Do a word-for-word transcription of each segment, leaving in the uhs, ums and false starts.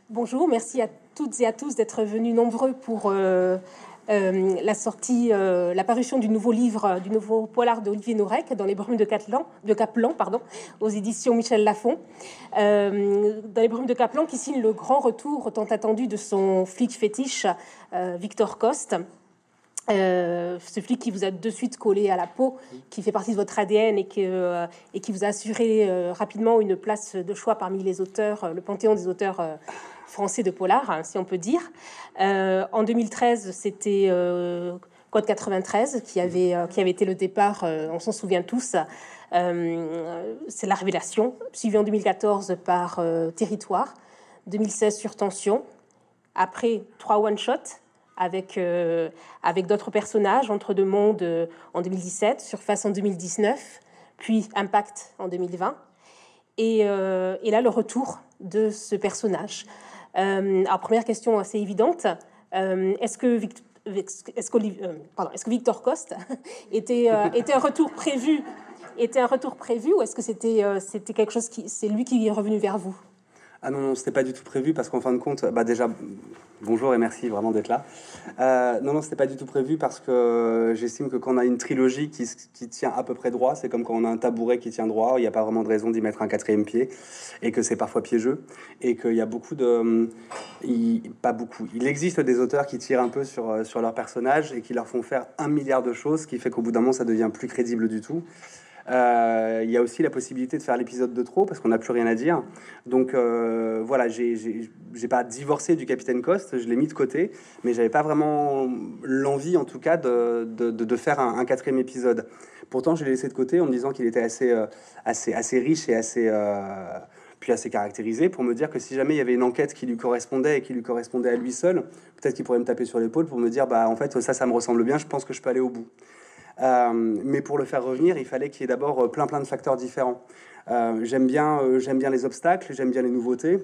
Bonjour, merci à toutes et à tous d'être venus nombreux pour euh, euh, la sortie, euh, la parution du nouveau livre, du nouveau polar d'Olivier Norek dans les brumes de Caplan, de Caplan pardon, aux éditions Michel Lafon. Euh, dans les brumes de Caplan, qui signe le grand retour tant attendu de son flic fétiche, euh, Victor Coste. Euh, ce flic qui vous a de suite collé à la peau, qui fait partie de votre A D N et, que, euh, et qui vous a assuré euh, rapidement une place de choix parmi les auteurs, euh, le panthéon des auteurs euh, français de polar, hein, si on peut dire. Euh, en deux mille treize, c'était euh, Code quatre-vingt-treize qui avait, euh, qui avait été le départ, euh, on s'en souvient tous. Euh, c'est la révélation, suivi en deux mille quatorze par euh, Territoire, deux mille seize sur Tension, après trois one-shots, avec, euh, avec d'autres personnages, Entre deux mondes euh, en deux mille dix-sept, Surface en deux mille dix-neuf, puis Impact en deux mille vingt. Et, euh, et là, le retour de ce personnage. Euh, alors, première question assez évidente, euh, est-ce que, Vict- est-ce que, euh, pardon, est-ce que Victor Coste était, euh, était un retour prévu était un retour prévu ou est-ce que c'était, euh, c'était quelque chose qui... C'est lui qui est revenu vers vous? Ah non, non, c'était pas du tout prévu parce qu'en fin de compte, bah déjà, bonjour et merci vraiment d'être là. Euh, non, non, c'était pas du tout prévu parce que j'estime que quand on a une trilogie qui, qui tient à peu près droit, c'est comme quand on a un tabouret qui tient droit, il n'y a pas vraiment de raison d'y mettre un quatrième pied et que c'est parfois piégeux et qu'il y a beaucoup de... Il, pas beaucoup. Il existe des auteurs qui tirent un peu sur, sur leurs personnages et qui leur font faire un milliard de choses, ce qui fait qu'au bout d'un moment, ça devient plus crédible du tout. Euh, il y a aussi la possibilité de faire l'épisode de trop parce qu'on n'a plus rien à dire. Donc euh, voilà, j'ai, j'ai, j'ai pas divorcé du Capitaine Coste, je l'ai mis de côté, mais j'avais pas vraiment l'envie, en tout cas, de, de, de, de faire un, un quatrième épisode. Pourtant, je l'ai laissé de côté en me disant qu'il était assez, euh, assez, assez riche et assez, euh, puis assez caractérisé pour me dire que si jamais il y avait une enquête qui lui correspondait et qui lui correspondait à lui seul, peut-être qu'il pourrait me taper sur l'épaule pour me dire, bah en fait, ça, ça me ressemble bien, je pense que je peux aller au bout. Euh, mais pour le faire revenir, il fallait qu'il y ait d'abord plein plein de facteurs différents. Euh, j'aime bien, euh, j'aime bien les obstacles, j'aime bien les nouveautés.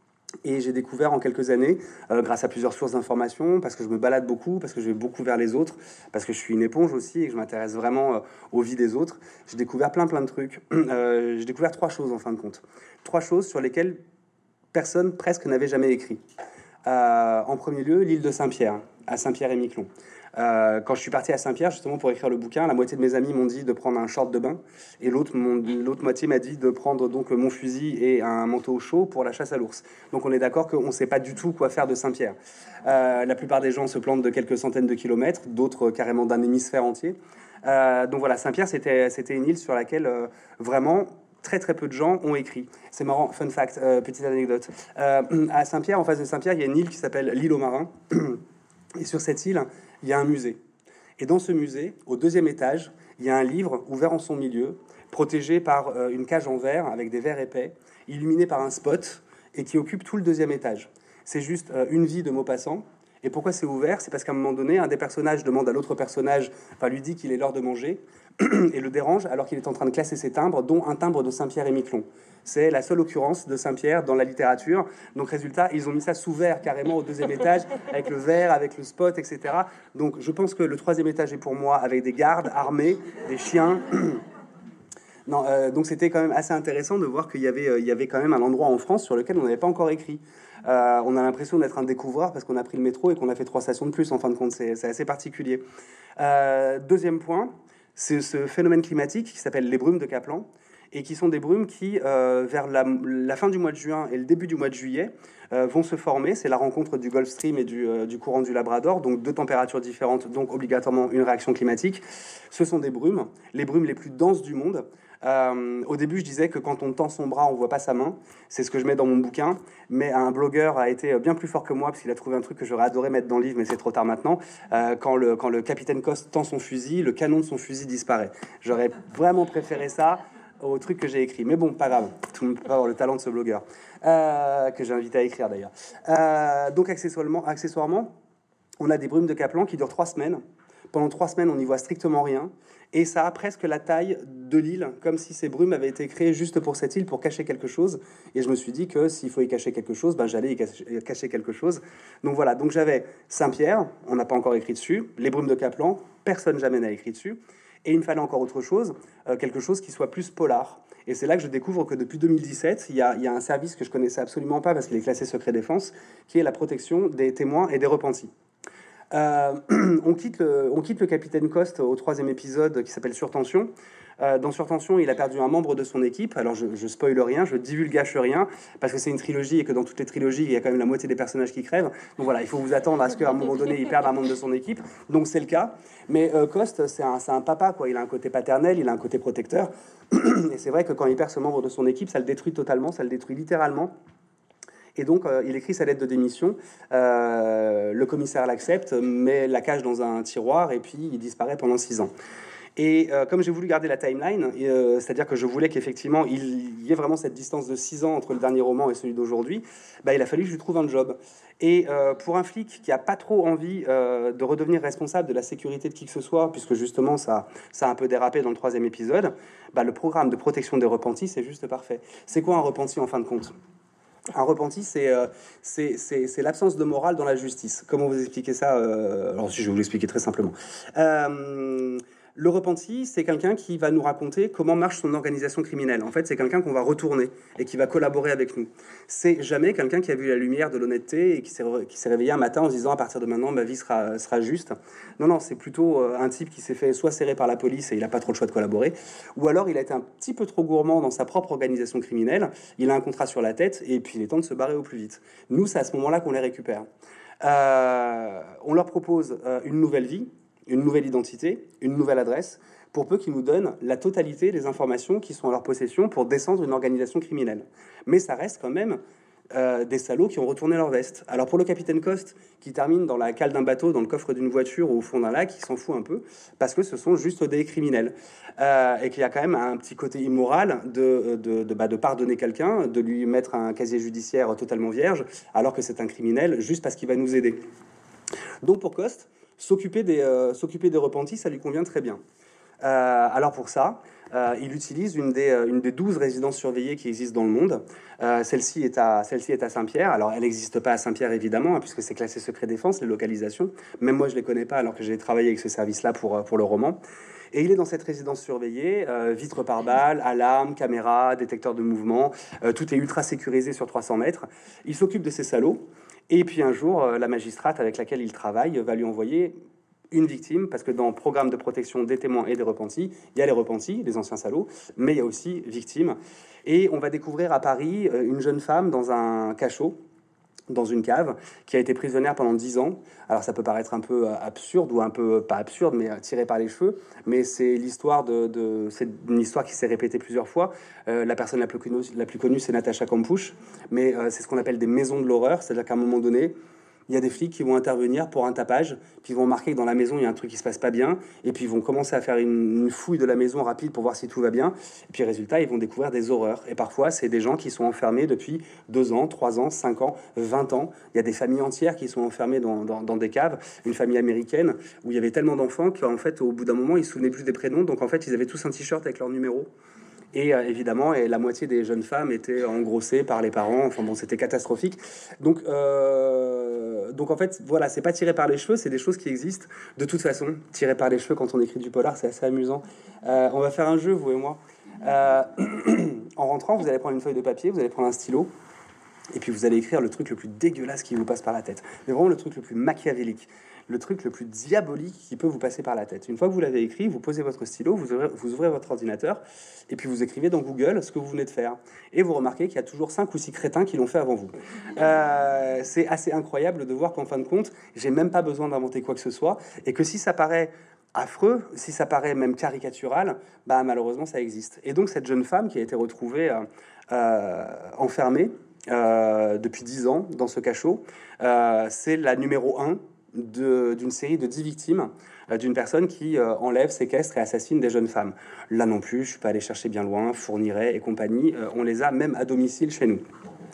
Et j'ai découvert en quelques années, euh, grâce à plusieurs sources d'informations, parce que je me balade beaucoup, parce que je vais beaucoup vers les autres, parce que je suis une éponge aussi et que je m'intéresse vraiment euh, aux vies des autres, j'ai découvert plein plein de trucs. Euh, j'ai découvert trois choses en fin de compte. Trois choses sur lesquelles personne presque n'avait jamais écrit. Euh, en premier lieu, l'île de Saint-Pierre, à Saint-Pierre-et-Miquelon. Euh, quand je suis parti à Saint-Pierre, justement, pour écrire le bouquin, la moitié de mes amis m'ont dit de prendre un short de bain, et l'autre, mon, l'autre moitié m'a dit de prendre donc mon fusil et un manteau chaud pour la chasse à l'ours. Donc on est d'accord qu'on ne sait pas du tout quoi faire de Saint-Pierre. Euh, la plupart des gens se plantent de quelques centaines de kilomètres, d'autres carrément d'un hémisphère entier. Euh, donc voilà, Saint-Pierre, c'était, c'était une île sur laquelle euh, vraiment... très très peu de gens ont écrit. C'est marrant, fun fact, euh, petite anecdote. Euh, à Saint-Pierre, en face de Saint-Pierre, il y a une île qui s'appelle l'île aux Marins. Et sur cette île, il y a un musée. Et dans ce musée, au deuxième étage, il y a un livre ouvert en son milieu, protégé par euh, une cage en verre avec des verres épais, illuminé par un spot et qui occupe tout le deuxième étage. C'est juste euh, une vie de Maupassant. Et pourquoi c'est ouvert? C'est parce qu'à un moment donné, un des personnages demande à l'autre personnage, enfin lui dit qu'il est l'heure de manger, et le dérange alors qu'il est en train de classer ses timbres, dont un timbre de Saint-Pierre-et-Miquelon. C'est la seule occurrence de Saint-Pierre dans la littérature. Donc résultat, ils ont mis ça sous verre carrément au deuxième étage, avec le verre, avec le spot, et cetera. Donc je pense que le troisième étage est pour moi, avec des gardes armés, des chiens... Non, euh, donc c'était quand même assez intéressant de voir qu'il y avait, euh, il y avait quand même un endroit en France sur lequel on n'avait pas encore écrit. Euh, on a l'impression d'être un découvreur parce qu'on a pris le métro et qu'on a fait trois stations de plus. En fin de compte, c'est, c'est assez particulier. Euh, deuxième point, c'est ce phénomène climatique qui s'appelle les brumes de Caplan et qui sont des brumes qui, euh, vers la, la fin du mois de juin et le début du mois de juillet, euh, vont se former. C'est la rencontre du Gulf Stream et du, euh, du courant du Labrador, donc deux températures différentes, donc obligatoirement une réaction climatique. Ce sont des brumes, les brumes les plus denses du monde. Euh, au début, je disais que quand on tend son bras, on voit pas sa main. C'est ce que je mets dans mon bouquin. Mais un blogueur a été bien plus fort que moi parce qu'il a trouvé un truc que j'aurais adoré mettre dans le livre, mais c'est trop tard maintenant. Euh, quand, le, quand le capitaine Coste tend son fusil, le canon de son fusil disparaît. J'aurais vraiment préféré ça au truc que j'ai écrit. Mais bon, pas grave. Tout le monde peut avoir le talent de ce blogueur euh, que j'ai invité à écrire d'ailleurs. Euh, donc accessoirement, accessoirement, on a des brumes de Caplan qui durent trois semaines. Pendant trois semaines, on n'y voit strictement rien. Et ça a presque la taille de l'île, comme si ces brumes avaient été créées juste pour cette île, pour cacher quelque chose. Et je me suis dit que s'il faut y cacher quelque chose, ben j'allais y cacher quelque chose. Donc voilà, donc j'avais Saint-Pierre, on n'a pas encore écrit dessus, les brumes de Caplan, personne jamais n'a écrit dessus. Et il me fallait encore autre chose, euh, quelque chose qui soit plus polar. Et c'est là que je découvre que depuis deux mille dix-sept, il y a, il y a un service que je connaissais absolument pas parce qu'il est classé secret défense, qui est la protection des témoins et des repentis. Euh, on, quitte le, on quitte le capitaine Coste au troisième épisode qui s'appelle Surtension. Euh, dans Surtension, il a perdu un membre de son équipe. Alors je, je spoil rien, je divulgage rien, parce que c'est une trilogie et que dans toutes les trilogies, il y a quand même la moitié des personnages qui crèvent. Donc voilà, il faut vous attendre à ce qu'à un moment donné, il perde un membre de son équipe. Donc c'est le cas. Mais euh, Coste, c'est un, c'est un papa, quoi. Il a un côté paternel, il a un côté protecteur. Et c'est vrai que quand il perd ce membre de son équipe, ça le détruit totalement, ça le détruit littéralement. Et donc, euh, il écrit sa lettre de démission. Euh, le commissaire l'accepte, met la cache dans un tiroir et puis il disparaît pendant six ans. Et euh, comme j'ai voulu garder la timeline, euh, c'est-à-dire que je voulais qu'effectivement il y ait vraiment cette distance de six ans entre le dernier roman et celui d'aujourd'hui, bah, il a fallu que je lui trouve un job. Et euh, pour un flic qui a pas trop envie euh, de redevenir responsable de la sécurité de qui que ce soit, puisque justement ça, ça a un peu dérapé dans le troisième épisode, bah, le programme de protection des repentis, c'est juste parfait. C'est quoi un repenti en fin de compte ? Un repenti, c'est euh, c'est c'est c'est l'absence de morale dans la justice. Comment vous expliquer ça euh, Alors, si je vais vous l'expliquer très simplement. Euh, le repenti, c'est quelqu'un qui va nous raconter comment marche son organisation criminelle. En fait, c'est quelqu'un qu'on va retourner et qui va collaborer avec nous. C'est jamais quelqu'un qui a vu la lumière de l'honnêteté et qui s'est qui s'est réveillé un matin en se disant à partir de maintenant ma vie sera sera juste. Non, non, c'est plutôt un type qui s'est fait soit serrer par la police et il n'a pas trop le choix de collaborer, ou alors il a été un petit peu trop gourmand dans sa propre organisation criminelle. Il a un contrat sur la tête et puis il est temps de se barrer au plus vite. Nous, c'est à ce moment-là qu'on les récupère. Euh, on leur propose euh, une nouvelle vie, une nouvelle identité, une nouvelle adresse, pour peu qu'ils nous donnent la totalité des informations qui sont en leur possession pour descendre une organisation criminelle. Mais ça reste quand même euh, des salauds qui ont retourné leur veste. Alors pour le capitaine Coste, qui termine dans la cale d'un bateau, dans le coffre d'une voiture ou au fond d'un lac, il s'en fout un peu, parce que ce sont juste des criminels. Euh, et qu'il y a quand même un petit côté immoral de, de, de, bah, de pardonner quelqu'un, de lui mettre un casier judiciaire totalement vierge, alors que c'est un criminel, juste parce qu'il va nous aider. Donc pour Coste, S'occuper des, euh, s'occuper des repentis, ça lui convient très bien. Euh, alors pour ça, euh, il utilise une des, une des douze résidences surveillées qui existent dans le monde. Euh, celle-ci est à, celle-ci est à Saint-Pierre. Alors elle n'existe pas à Saint-Pierre évidemment, hein, puisque c'est classé secret défense, les localisations. Même moi je les connais pas, alors que j'ai travaillé avec ce service-là pour, pour le roman. Et il est dans cette résidence surveillée, euh, vitres par balles, alarme, caméra, détecteur de mouvement. Euh, tout est ultra sécurisé sur trois cents mètres. Il s'occupe de ces salauds. Et puis un jour, la magistrate avec laquelle il travaille va lui envoyer une victime, parce que dans le programme de protection des témoins et des repentis, il y a les repentis, les anciens salauds, mais il y a aussi victimes. Et on va découvrir à Paris une jeune femme dans un cachot, dans une cave, qui a été prisonnière pendant dix ans. Alors ça peut paraître un peu absurde, ou un peu, pas absurde, mais tiré par les cheveux, mais c'est l'histoire de, de c'est une histoire qui s'est répétée plusieurs fois. Euh, la personne la plus connue, la plus connue c'est Natacha Kampusch, mais euh, c'est ce qu'on appelle des maisons de l'horreur, c'est-à-dire qu'à un moment donné, il y a des flics qui vont intervenir pour un tapage, puis ils vont remarquer que dans la maison, il y a un truc qui se passe pas bien, et puis ils vont commencer à faire une, une fouille de la maison rapide pour voir si tout va bien, et puis résultat, ils vont découvrir des horreurs. Et parfois, c'est des gens qui sont enfermés depuis deux ans, trois ans, cinq ans, vingt ans. Il y a des familles entières qui sont enfermées dans, dans, dans des caves. Une famille américaine où il y avait tellement d'enfants qu'en fait, au bout d'un moment, ils ne se souvenaient plus des prénoms, donc en fait, ils avaient tous un t-shirt avec leur numéro. Et euh, évidemment, et la moitié des jeunes femmes étaient engrossées par les parents. Enfin bon, c'était catastrophique. Donc, euh, donc en fait, voilà, c'est pas tiré par les cheveux, c'est des choses qui existent de toute façon. Tiré par les cheveux quand on écrit du polar, c'est assez amusant. Euh, on va faire un jeu, vous et moi. Euh, en rentrant, vous allez prendre une feuille de papier, vous allez prendre un stylo, et puis vous allez écrire le truc le plus dégueulasse qui vous passe par la tête. Mais vraiment le truc le plus machiavélique, le truc le plus diabolique qui peut vous passer par la tête. Une fois que vous l'avez écrit, vous posez votre stylo, vous ouvrez, vous ouvrez votre ordinateur, et puis vous écrivez dans Google ce que vous venez de faire. Et vous remarquez qu'il y a toujours cinq ou six crétins qui l'ont fait avant vous. Euh, c'est assez incroyable de voir qu'en fin de compte, j'ai même pas besoin d'inventer quoi que ce soit, et que si ça paraît affreux, si ça paraît même caricatural, bah malheureusement ça existe. Et donc cette jeune femme qui a été retrouvée euh, euh, enfermée euh, depuis dix ans dans ce cachot, euh, c'est la numéro un de, d'une série de dix victimes euh, d'une personne qui euh, enlève, séquestre et assassine des jeunes femmes. Là non plus, je suis pas allé chercher bien loin, Fourniret et compagnie, euh, on les a même à domicile chez nous.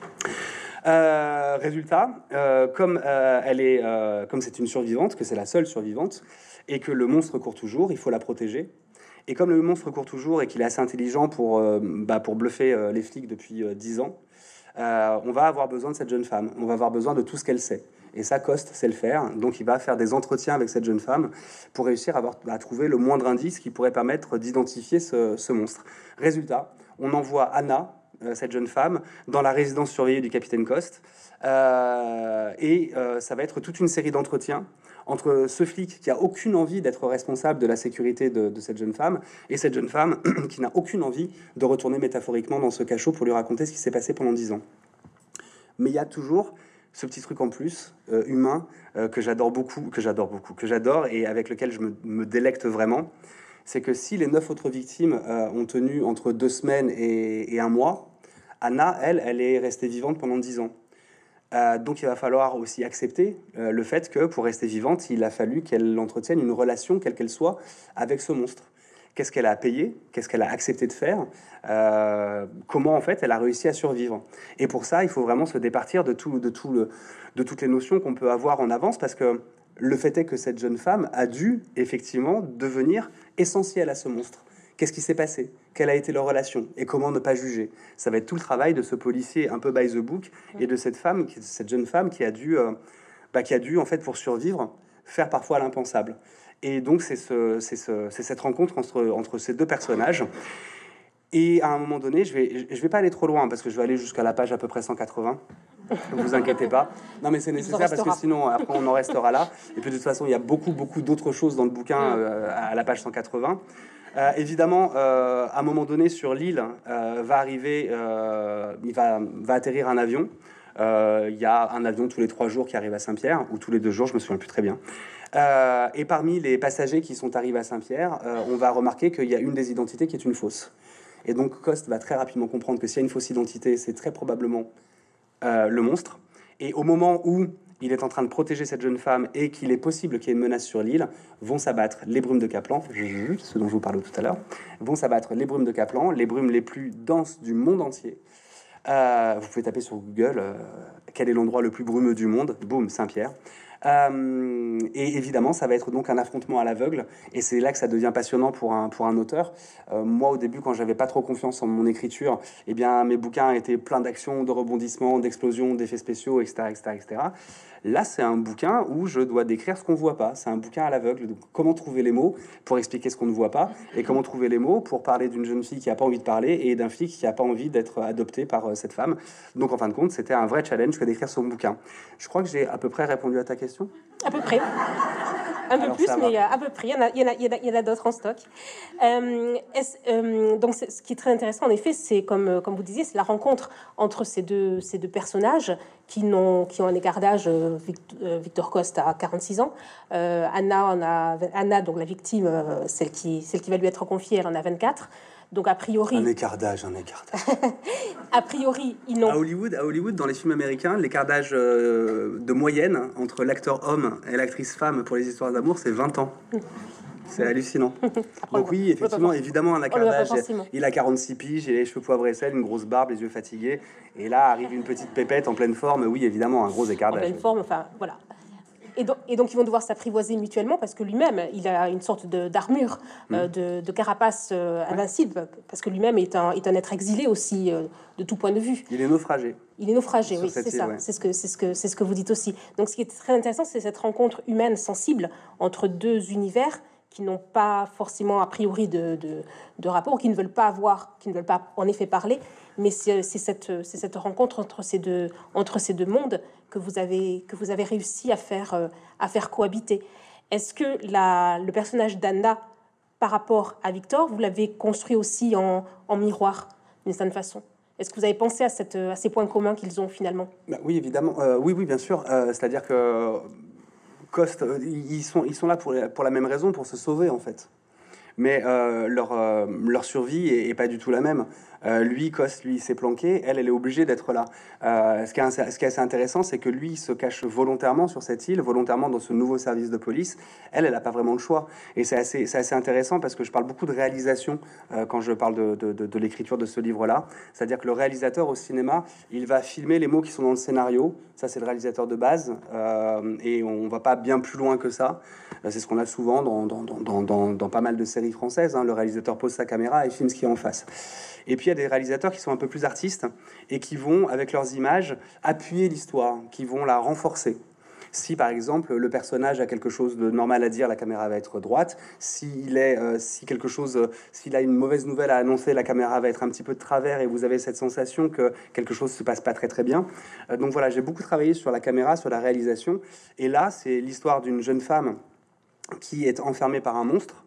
Euh, résultat, euh, comme euh, elle est, euh, comme c'est une survivante, que c'est la seule survivante, et que le monstre court toujours, il faut la protéger. Et comme le monstre court toujours et qu'il est assez intelligent pour, euh, bah, pour bluffer euh, les flics depuis euh, dix ans, euh, on va avoir besoin de cette jeune femme. On va avoir besoin de tout ce qu'elle sait. Et ça, Coste sait le faire. Donc, il va faire des entretiens avec cette jeune femme pour réussir à, avoir, à trouver le moindre indice qui pourrait permettre d'identifier ce, ce monstre. Résultat, on envoie Anna, euh, cette jeune femme, dans la résidence surveillée du capitaine Coste. Euh, et euh, ça va être toute une série d'entretiens entre ce flic qui a aucune envie d'être responsable de la sécurité de, de cette jeune femme et cette jeune femme qui n'a aucune envie de retourner métaphoriquement dans ce cachot pour lui raconter ce qui s'est passé pendant dix ans. Mais il y a toujours ce petit truc en plus, euh, humain, euh, que j'adore beaucoup, que j'adore beaucoup, que j'adore et avec lequel je me, me délecte vraiment. C'est que si les neuf autres victimes euh, ont tenu entre deux semaines et, et un mois, Anna, elle, elle est restée vivante pendant dix ans. Euh, donc il va falloir aussi accepter euh, le fait que pour rester vivante, il a fallu qu'elle entretienne une relation, quelle qu'elle soit, avec ce monstre. Qu'est-ce qu'elle a payé? Qu'est-ce qu'elle a accepté de faire? euh, Comment en fait elle a réussi à survivre? Et pour ça, il faut vraiment se départir de, tout, de, tout le, de toutes les notions qu'on peut avoir en avance, parce que le fait est que cette jeune femme a dû effectivement devenir essentielle à ce monstre. Qu'est-ce qui s'est passé? Quelle a été leur relation? Et comment ne pas juger? Ça va être tout le travail de ce policier un peu by the book et de cette femme, cette jeune femme qui a dû, euh, bah, qui a dû en fait pour survivre faire parfois l'impensable. Et donc c'est ce, c'est ce, c'est cette rencontre entre, entre ces deux personnages. Et à un moment donné, je vais, je vais pas aller trop loin parce que je vais aller jusqu'à la page à peu près cent quatre-vingts. Ne vous inquiétez pas. Non, mais c'est nécessaire parce que sinon, après, on en restera là. Et puis de toute façon, il y a beaucoup, beaucoup d'autres choses dans le bouquin euh, à la page cent quatre-vingts. Euh, évidemment, euh, à un moment donné, sur l'île, euh, va arriver, euh, il va, va atterrir un avion. Euh, il y a un avion tous les trois jours qui arrive à Saint-Pierre, ou tous les deux jours, je me souviens plus très bien. Euh, et parmi les passagers qui sont arrivés à Saint-Pierre, euh, on va remarquer qu'il y a une des identités qui est une fausse. Et donc Coste va très rapidement comprendre que s'il y a une fausse identité, c'est très probablement euh, le monstre. Et au moment où il est en train de protéger cette jeune femme et qu'il est possible qu'il y ait une menace sur l'île, vont s'abattre les brumes de Kaplan, ce dont je vous parlais tout à l'heure, vont s'abattre les brumes de Kaplan, les brumes les plus denses du monde entier. Euh, vous pouvez taper sur Google euh, quel est l'endroit le plus brumeux du monde, boum, Saint-Pierre. Euh, et évidemment, ça va être donc un affrontement à l'aveugle, et c'est là que ça devient passionnant pour un, pour un auteur. Euh, moi, au début, quand j'avais pas trop confiance en mon écriture, eh bien, mes bouquins étaient pleins d'actions, de rebondissements, d'explosions, d'effets spéciaux, et cetera, et cetera, et cetera. Là, c'est un bouquin où je dois décrire ce qu'on voit pas. C'est un bouquin à l'aveugle. Donc, comment trouver les mots pour expliquer ce qu'on ne voit pas, et comment trouver les mots pour parler d'une jeune fille qui a pas envie de parler et d'un flic qui a pas envie d'être adopté par euh, cette femme. Donc, en fin de compte, c'était un vrai challenge que d'écrire son bouquin. Je crois que j'ai à peu près répondu à ta question. À peu près. Un peu Alors, plus, mais va. à peu près. Il y en a, il y en a, il y en a, il y en a d'autres en stock. Euh, euh, donc, ce qui est très intéressant, en effet, c'est comme, comme vous disiez, c'est la rencontre entre ces deux, ces deux personnages qui, n'ont, qui ont un écart d'âge. Euh, Victor Coste a quarante-six ans. Euh, Anna, en a, Anna, donc la victime, euh, celle qui, celle qui va lui être confiée, elle en a vingt-quatre. Donc, a priori... Un écart d'âge, un écart d'âge. A priori, ils n'ont... À Hollywood, à Hollywood, dans les films américains, l'écart d'âge euh, de moyenne entre l'acteur homme et l'actrice femme pour les histoires d'amour, c'est vingt ans. C'est hallucinant. Donc oui, effectivement, évidemment, un écart d'âge. Il a quarante-six piges, il a les cheveux poivre et sel, une grosse barbe, les yeux fatigués. Et là, arrive une petite pépette en pleine forme. Oui, évidemment, un gros écart d'âge. En pleine forme, enfin, voilà. Et donc, et donc, ils vont devoir s'apprivoiser mutuellement parce que lui-même, il a une sorte de, d'armure, mmh. euh, de, de carapace euh, invincible, parce que lui-même est un, est un être exilé aussi, euh, de tout point de vue. Il est naufragé. Il est naufragé, oui, c'est île, ça. Ouais. C'est ce que, c'est ce que, c'est ce que vous dites aussi. Donc, ce qui est très intéressant, c'est cette rencontre humaine sensible entre deux univers qui n'ont pas forcément a priori de, de, de rapport, qui ne veulent pas avoir, qui ne veulent pas en effet parler, mais c'est, c'est, cette, c'est cette rencontre entre ces deux, entre ces deux mondes que vous avez, que vous avez réussi à faire, euh, à faire cohabiter. Est-ce que la, le personnage d'Anna, par rapport à Victor, vous l'avez construit aussi en, en miroir, d'une certaine façon? Est-ce que vous avez pensé à, cette, à ces points communs qu'ils ont finalement? Bah, oui, évidemment. Euh, oui, oui, bien sûr. Euh, c'est-à-dire que Coste, ils sont, ils sont là pour, pour la même raison, pour se sauver en fait. Mais euh, leur, euh, leur survie est, est pas du tout la même. Euh, lui, Coste, lui, s'est planqué. Elle, elle est obligée d'être là. Euh, ce, qui est, ce qui est assez intéressant, c'est que lui, il se cache volontairement sur cette île, volontairement dans ce nouveau service de police. Elle, elle n'a pas vraiment le choix. Et c'est assez, c'est assez intéressant parce que je parle beaucoup de réalisation euh, quand je parle de, de, de, de l'écriture de ce livre-là. C'est-à-dire que le réalisateur au cinéma, il va filmer les mots qui sont dans le scénario. Ça, c'est le réalisateur de base. Euh, et on ne va pas bien plus loin que ça. C'est ce qu'on a souvent dans, dans, dans, dans, dans pas mal de séries françaises. Hein. Le réalisateur pose sa caméra et filme ce qui est en face. Et puis, il y a des réalisateurs qui sont un peu plus artistes et qui vont, avec leurs images, appuyer l'histoire, qui vont la renforcer. Si par exemple le personnage a quelque chose de normal à dire, la caméra va être droite. S'il est, euh, si quelque chose, euh, s'il a une mauvaise nouvelle à annoncer, la caméra va être un petit peu de travers et vous avez cette sensation que quelque chose se passe pas très très bien. Euh, donc voilà, j'ai beaucoup travaillé sur la caméra, sur la réalisation. Et là, c'est l'histoire d'une jeune femme qui est enfermée par un monstre.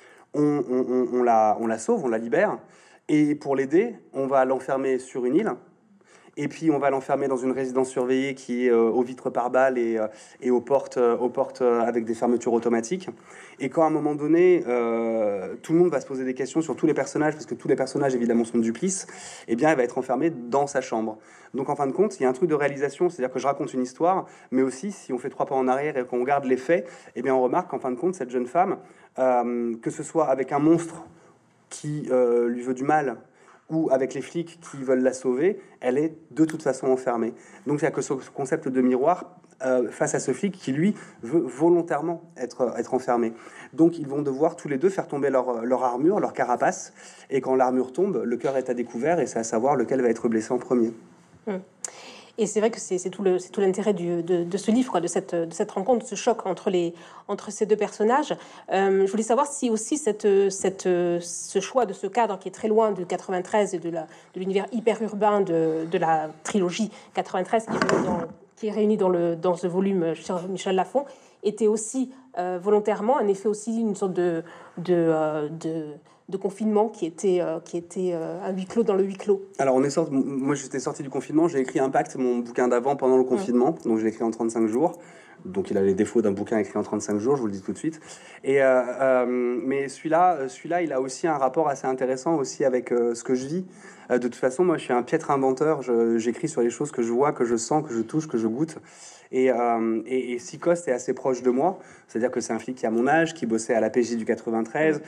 On, on, on, on, la, on la sauve, on la libère. Et pour l'aider, on va l'enfermer sur une île. Et puis on va l'enfermer dans une résidence surveillée qui est euh, aux vitres par balles et, euh, et aux portes, euh, aux portes euh, avec des fermetures automatiques. Et quand à un moment donné, euh, tout le monde va se poser des questions sur tous les personnages, parce que tous les personnages évidemment sont duplices, eh bien elle va être enfermée dans sa chambre. Donc en fin de compte, il y a un truc de réalisation, c'est-à-dire que je raconte une histoire, mais aussi si on fait trois pas en arrière et qu'on regarde les faits, eh bien on remarque qu'en fin de compte, cette jeune femme, euh, que ce soit avec un monstre qui euh, lui veut du mal, ou avec les flics qui veulent la sauver, elle est de toute façon enfermée. Donc il n'y a que ce concept de miroir euh, face à ce flic qui, lui, veut volontairement être, être enfermé. Donc ils vont devoir tous les deux faire tomber leur, leur armure, leur carapace, et quand l'armure tombe, le cœur est à découvert, et c'est à savoir lequel va être blessé en premier. Mmh. Et c'est vrai que c'est, c'est tout le, c'est tout l'intérêt du, de, de ce livre, quoi, de cette, de cette rencontre, de ce choc entre les, entre ces deux personnages. Euh, je voulais savoir si aussi cette, cette, ce choix de ce cadre qui est très loin de quatre-vingt-treize et de, la, de l'univers hyper urbain de, de la trilogie quatre-vingt-treize qui est réunie dans, qui est réunie dans, le, dans ce volume chez Michel Lafon était aussi euh, volontairement un effet aussi une sorte de, de, euh, de de confinement qui était, euh, qui était euh, un huis clos dans le huis clos. Alors, on est sorti, moi, j'étais sorti du confinement, j'ai écrit Impact, mon bouquin d'avant, pendant le confinement, mmh. donc je l'ai écrit en trente-cinq jours. Donc, il a les défauts d'un bouquin écrit en trente-cinq jours, je vous le dis tout de suite. Et, euh, euh, mais celui-là, celui-là, il a aussi un rapport assez intéressant aussi avec euh, ce que je vis. Euh, de toute façon, moi, je suis un piètre inventeur. Je, j'écris sur les choses que je vois, que je sens, que je touche, que je goûte. Et, euh, et, et Sicoste est assez proche de moi. C'est-à-dire que c'est un flic qui a mon âge, qui bossait à la P J du quatre-vingt-treize.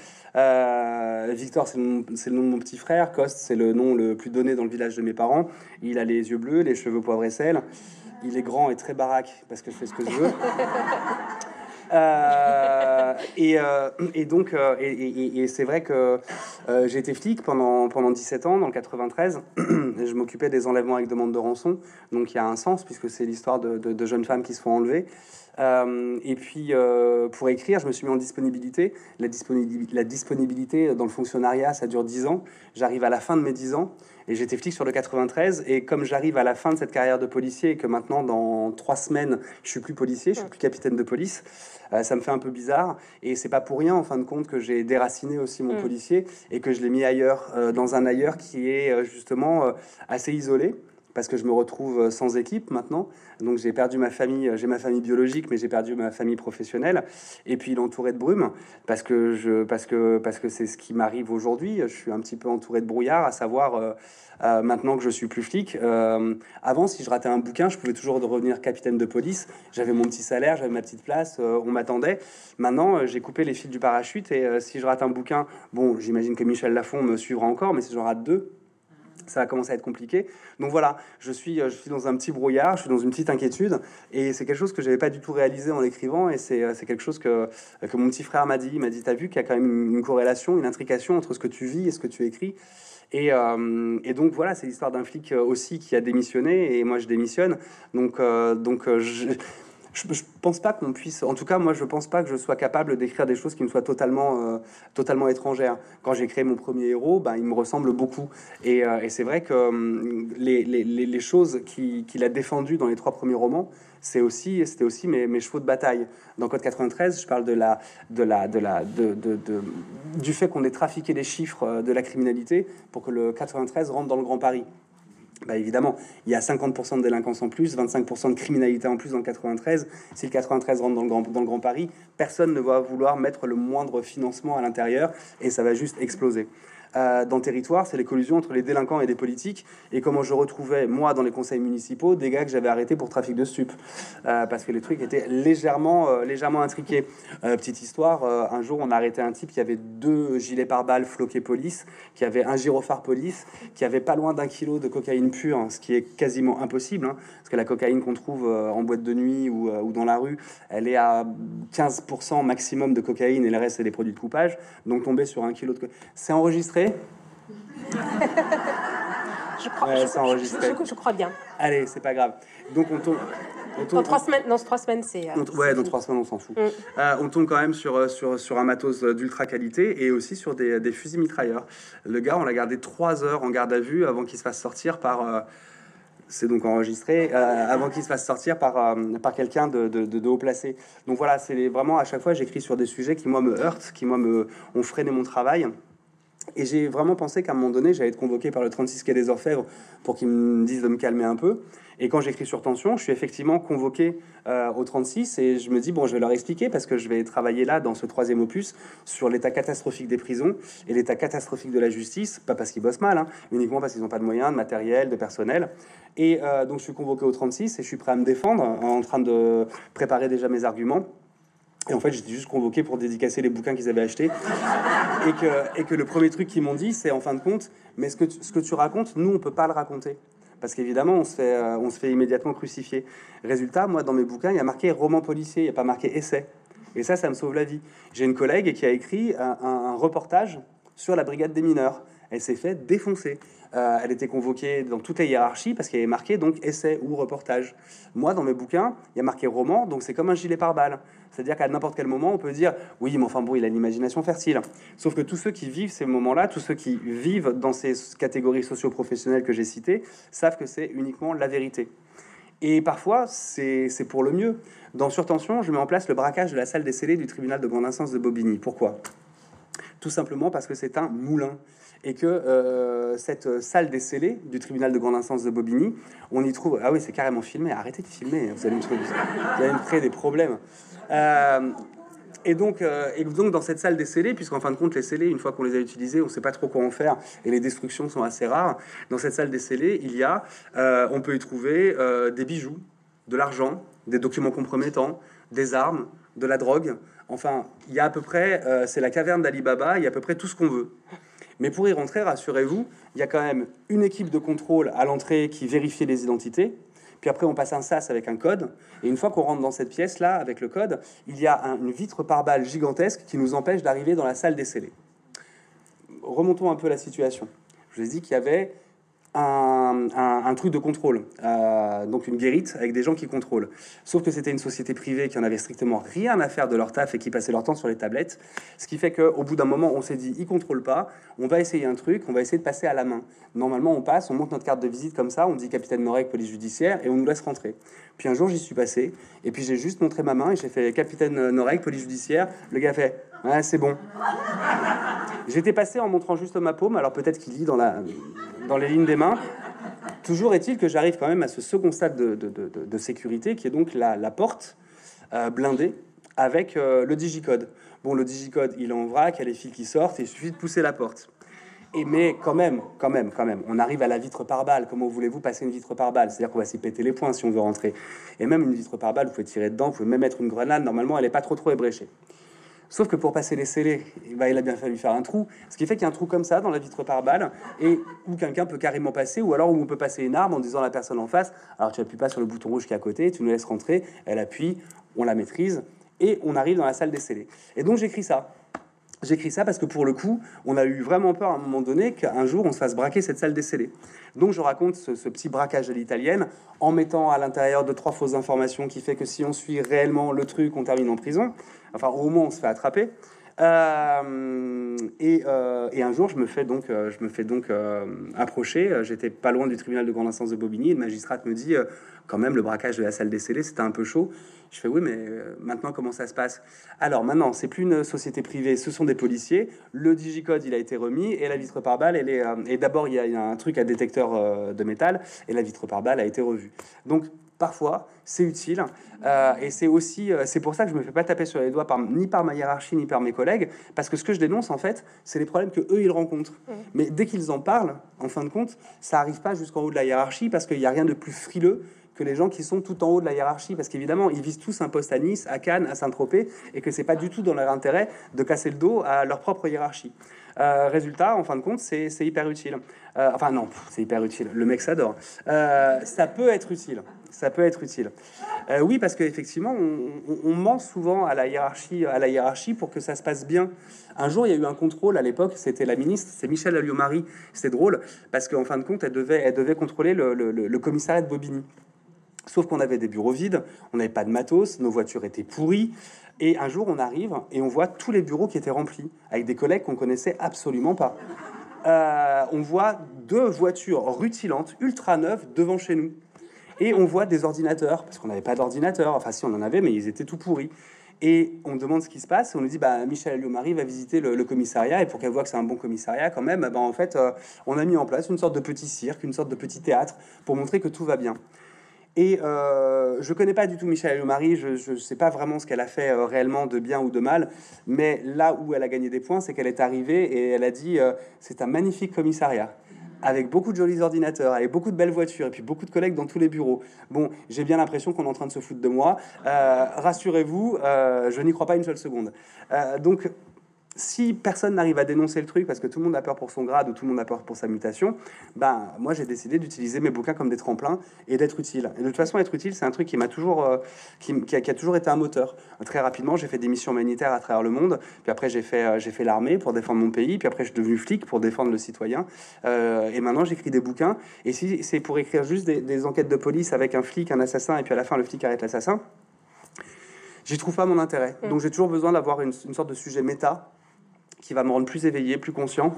Euh, Victor, c'est le, nom, c'est le nom de mon petit frère. Coste, c'est le nom le plus donné dans le village de mes parents. Il a les yeux bleus, les cheveux poivre et sel. Il est grand et très baraque parce que je fais ce que je veux. Euh, et, euh, et donc, euh, et, et, et c'est vrai que euh, j'ai été flic pendant, pendant dix-sept ans, dans le quatre-vingt-treize. Je m'occupais des enlèvements avec demande de rançon. Donc, il y a un sens, puisque c'est l'histoire de, de, de jeunes femmes qui se font enlever. Euh, et puis, euh, pour écrire, je me suis mis en disponibilité. La, disponibilité. la disponibilité dans le fonctionnariat, ça dure dix ans. J'arrive à la fin de mes dix ans. Et j'étais flic sur le quatre-vingt-treize. Et comme j'arrive à la fin de cette carrière de policier et que maintenant, dans trois semaines, je suis plus policier, je suis plus capitaine de police, euh, ça me fait un peu bizarre. Et c'est pas pour rien, en fin de compte, que j'ai déraciné aussi mon mmh. policier et que je l'ai mis ailleurs, euh, dans un ailleurs qui est euh, justement euh, assez isolé. Parce que je me retrouve sans équipe maintenant. Donc j'ai perdu ma famille, j'ai ma famille biologique, mais j'ai perdu ma famille professionnelle. Et puis il est entouré de brume, parce que, je, parce, que, parce que c'est ce qui m'arrive aujourd'hui. Je suis un petit peu entouré de brouillard, à savoir, euh, euh, maintenant que je suis plus flic. Euh, avant, si je ratais un bouquin, je pouvais toujours revenir capitaine de police. J'avais mon petit salaire, j'avais ma petite place, euh, on m'attendait. Maintenant, euh, j'ai coupé les fils du parachute, et euh, si je rate un bouquin, bon, j'imagine que Michel Lafon me suivra encore, mais si j'en rate deux, ça va commencer à être compliqué. Donc voilà, je suis, je suis dans un petit brouillard, je suis dans une petite inquiétude, et c'est quelque chose que je n'avais pas du tout réalisé en écrivant, et c'est, c'est quelque chose que, que mon petit frère m'a dit. Il m'a dit, t'as vu qu'il y a quand même une, une corrélation, une intrication entre ce que tu vis et ce que tu écris. Et, euh, et donc voilà, c'est l'histoire d'un flic aussi qui a démissionné, et moi je démissionne. Donc, euh, donc je... Je, je pense pas qu'on puisse, en tout cas moi je pense pas que je sois capable d'écrire des choses qui me soient totalement, euh, totalement étrangères. Quand j'ai créé mon premier héros, ben, il me ressemble beaucoup. Et, euh, et c'est vrai que euh, les, les, les choses qui, qu'il a défendues dans les trois premiers romans, c'est aussi, c'était aussi mes, mes chevaux de bataille. Dans Code quatre-vingt-treize, je parle de la, de la, de la, de, de, de, du fait qu'on ait trafiqué les chiffres de la criminalité pour que le quatre-vingt-treize rentre dans le Grand Paris. Bah évidemment, il y a cinquante pour cent de délinquance en plus, vingt-cinq pour cent de criminalité en plus dans le quatre-vingt-treize. Si le quatre-vingt-treize rentre dans le, grand, dans le Grand Paris, personne ne va vouloir mettre le moindre financement à l'intérieur et ça va juste exploser. Euh, dans le territoire, c'est les collusions entre les délinquants et des politiques, et comment je retrouvais, moi, dans les conseils municipaux, des gars que j'avais arrêtés pour trafic de stupes, euh, parce que les trucs étaient légèrement, euh, légèrement intriqués. Euh, petite histoire, euh, un jour, on a arrêté un type qui avait deux gilets pare-balles floqués police, qui avait un gyrophare police, qui avait pas loin d'un kilo de cocaïne pure, hein, ce qui est quasiment impossible, hein, parce que la cocaïne qu'on trouve euh, en boîte de nuit ou, euh, ou dans la rue, elle est à quinze pour cent maximum de cocaïne, et le reste, c'est des produits de coupage. Donc, tomber sur un kilo de cocaïne... C'est enregistré. je, crois, ouais, je, je, je, je crois bien. Allez, c'est pas grave. Donc on tombe, on tombe, dans trois semaines, dans trois semaines, c'est. Euh, ouais, dans trois semaines, on s'en fout. Mm. Euh, on tombe quand même sur, sur, sur un matos d'ultra qualité et aussi sur des, des fusils mitrailleurs. Le gars, on l'a gardé trois heures en garde à vue avant qu'il se fasse sortir par. Euh, c'est donc enregistré euh, avant qu'il se fasse sortir par, euh, par quelqu'un de, de, de, de haut placé. Donc voilà, c'est vraiment à chaque fois, j'écris sur des sujets qui, moi, me heurtent, qui, moi, me, ont freiné mon travail. Et j'ai vraiment pensé qu'à un moment donné, j'allais être convoqué par le trente-six quai des Orfèvres pour qu'ils me disent de me calmer un peu. Et quand j'écris sur Tension, je suis effectivement convoqué euh, au trente-six et je me dis, bon, je vais leur expliquer parce que je vais travailler là, dans ce troisième opus, sur l'état catastrophique des prisons et l'état catastrophique de la justice, pas parce qu'ils bossent mal, hein, uniquement parce qu'ils n'ont pas de moyens, de matériel, de personnel. Et euh, donc je suis convoqué au trente-six et je suis prêt à me défendre, en train de préparer déjà mes arguments. Et en fait, j'étais juste convoqué pour dédicacer les bouquins qu'ils avaient achetés. Et que, et que le premier truc qu'ils m'ont dit, c'est en fin de compte, mais ce que tu, ce que tu racontes, nous, on peut pas le raconter. Parce qu'évidemment, on se fait, euh, on se fait immédiatement crucifier. Résultat, moi, dans mes bouquins, il y a marqué roman policier, il n'y a pas marqué essai. Et ça, ça me sauve la vie. J'ai une collègue qui a écrit un, un, un reportage sur la brigade des mineurs. Elle s'est fait défoncer. Euh, elle était convoquée dans toutes les hiérarchies parce qu'il y avait marqué donc essai ou reportage. Moi, dans mes bouquins, il y a marqué roman, donc c'est comme un gilet pare-balles. C'est-à-dire qu'à n'importe quel moment, on peut dire oui, mais enfin bon, il a l'imagination fertile. Sauf que tous ceux qui vivent ces moments-là, tous ceux qui vivent dans ces catégories socio-professionnelles que j'ai citées, savent que c'est uniquement la vérité. Et parfois, c'est pour le mieux. Dans Surtension, je mets en place le braquage de la salle des scellés du tribunal de grande instance de Bobigny. Pourquoi ? Tout simplement parce que c'est un moulin. Et que euh, cette salle des scellés du tribunal de grande instance de Bobigny, on y trouve... Ah oui, c'est carrément filmé. Arrêtez de filmer, vous allez me, vous allez me créer des problèmes. Euh, et, donc, euh, et donc, dans cette salle des scellés, puisqu'en fin de compte, les scellés, une fois qu'on les a utilisés, on ne sait pas trop quoi en faire, et les destructions sont assez rares. Dans cette salle des scellés, il y a... Euh, on peut y trouver euh, des bijoux, de l'argent, des documents compromettants, des armes, de la drogue. Enfin, il y a à peu près... Euh, c'est la caverne d'Ali Baba, il y a à peu près tout ce qu'on veut. Mais pour y rentrer, rassurez-vous, il y a quand même une équipe de contrôle à l'entrée qui vérifie les identités. Puis après, on passe un sas avec un code. Et une fois qu'on rentre dans cette pièce-là, avec le code, il y a un, une vitre pare-balles gigantesque qui nous empêche d'arriver dans la salle des scellés. Remontons un peu la situation. Je vous ai dit qu'il y avait un, un, un truc de contrôle, euh, donc une guérite avec des gens qui contrôlent. Sauf que c'était une société privée qui en avait strictement rien à faire de leur taf et qui passait leur temps sur les tablettes. Ce qui fait qu'au bout d'un moment, on s'est dit, ils contrôlent pas, on va essayer un truc, on va essayer de passer à la main. Normalement, on passe, on monte notre carte de visite comme ça, on dit capitaine Norek, police judiciaire, et on nous laisse rentrer. Puis un jour, j'y suis passé, et puis j'ai juste montré ma main, et j'ai fait capitaine Norek, police judiciaire. Le gars fait, ouais, c'est bon. J'étais passé en montrant juste ma paume, alors peut-être qu'il lit dans, la, dans les lignes des mains. Toujours est-il que j'arrive quand même à ce second stade de, de, de, de sécurité, qui est donc la, la porte euh, blindée avec euh, le digicode. Bon, le digicode, il est en vrac, il y a les fils qui sortent, et il suffit de pousser la porte. Et mais quand même, quand même, quand même, on arrive à la vitre par balle. Comment voulez-vous passer une vitre par balle? C'est-à-dire qu'on va s'y péter les poings si on veut rentrer. Et même une vitre par balle, vous pouvez tirer dedans, vous pouvez même mettre une grenade. Normalement, elle n'est pas trop trop ébréchée. Sauf que pour passer les scellés, eh ben, il a bien fallu faire un trou. Ce qui fait qu'il y a un trou comme ça dans la vitre par balle, et où quelqu'un peut carrément passer, ou alors où on peut passer une arme en disant à la personne en face, alors tu appuies pas sur le bouton rouge qui est à côté, tu nous laisses rentrer, elle appuie, on la maîtrise, et on arrive dans la salle des scellés. Et donc j'écris ça. J'écris ça parce que pour le coup, on a eu vraiment peur à un moment donné qu'un jour on se fasse braquer cette salle des scellés. Donc je raconte ce, ce petit braquage de l'italienne en mettant à l'intérieur de trois fausses informations qui fait que si on suit réellement le truc, on termine en prison. Enfin, au moins on se fait attraper. Euh, et, euh, et un jour, je me fais donc, euh, je me fais donc euh, approcher. J'étais pas loin du tribunal de grande instance de Bobigny. Et le magistrat me dit, euh, quand même, le braquage de la salle des scellés, c'était un peu chaud. Je fais oui, mais euh, maintenant, comment ça se passe? Alors maintenant, c'est plus une société privée, ce sont des policiers. Le digicode, il a été remis, et la vitre par balle, elle est. Euh, et d'abord, il y, y a un truc à détecteur euh, de métal, et la vitre par balle a été revue. Donc parfois, c'est utile, euh, et c'est aussi, euh, c'est pour ça que je me fais pas taper sur les doigts par, ni par ma hiérarchie ni par mes collègues, parce que ce que je dénonce en fait, c'est les problèmes que eux ils rencontrent. Mmh. Mais dès qu'ils en parlent, en fin de compte, ça arrive pas jusqu'en haut de la hiérarchie, parce qu'il y a rien de plus frileux que les gens qui sont tout en haut de la hiérarchie, parce qu'évidemment ils visent tous un poste à Nice, à Cannes, à Saint-Tropez, et que c'est pas du tout dans leur intérêt de casser le dos à leur propre hiérarchie. Euh, résultat, en fin de compte, c'est hyper utile. Euh, enfin non, c'est hyper utile. Le mec s'adore. Euh, ça peut être utile. Ça peut être utile. Euh, oui, parce qu'effectivement, on, on, on ment souvent à la hiérarchie, à la hiérarchie pour que ça se passe bien. Un jour, il y a eu un contrôle à l'époque. C'était la ministre, c'est Michèle Alliot-Marie. C'était drôle parce qu'en fin de compte, elle devait, elle devait contrôler le, le, le commissariat de Bobigny. Sauf qu'on avait des bureaux vides, on n'avait pas de matos, nos voitures étaient pourries. Et un jour, on arrive et on voit tous les bureaux qui étaient remplis, avec des collègues qu'on connaissait absolument pas. Euh, on voit deux voitures rutilantes, ultra neuves, devant chez nous. Et on voit des ordinateurs, parce qu'on n'avait pas d'ordinateur. Enfin, si, on en avait, mais ils étaient tout pourris. Et on demande ce qui se passe, et on nous dit, bah, Michèle Alliot-Marie va visiter le, le commissariat, et pour qu'elle voit que c'est un bon commissariat, quand même, bah, en fait, euh, on a mis en place une sorte de petit cirque, une sorte de petit théâtre, pour montrer que tout va bien. Et euh, je connais pas du tout Michèle Alliot-Marie, je ne sais pas vraiment ce qu'elle a fait euh, réellement de bien ou de mal, mais là où elle a gagné des points, c'est qu'elle est arrivée et elle a dit euh, c'est un magnifique commissariat, avec beaucoup de jolis ordinateurs, avec beaucoup de belles voitures, et puis beaucoup de collègues dans tous les bureaux. Bon, j'ai bien l'impression qu'on est en train de se foutre de moi. Euh, rassurez-vous, euh, je n'y crois pas une seule seconde. Euh, donc, si personne n'arrive à dénoncer le truc parce que tout le monde a peur pour son grade ou tout le monde a peur pour sa mutation, ben moi j'ai décidé d'utiliser mes bouquins comme des tremplins et d'être utile. Et de toute façon, être utile, c'est un truc qui m'a toujours, euh, qui, qui, a, qui a toujours été un moteur. Très rapidement, j'ai fait des missions humanitaires à travers le monde. Puis après, j'ai fait, euh, j'ai fait l'armée pour défendre mon pays. Puis après, je suis devenu flic pour défendre le citoyen. Euh, et maintenant, j'écris des bouquins. Et si c'est pour écrire juste des, des enquêtes de police avec un flic, un assassin, et puis à la fin, le flic arrête l'assassin, j'y trouve pas mon intérêt. Donc j'ai toujours besoin d'avoir une, une sorte de sujet méta qui va me rendre plus éveillé, plus conscient.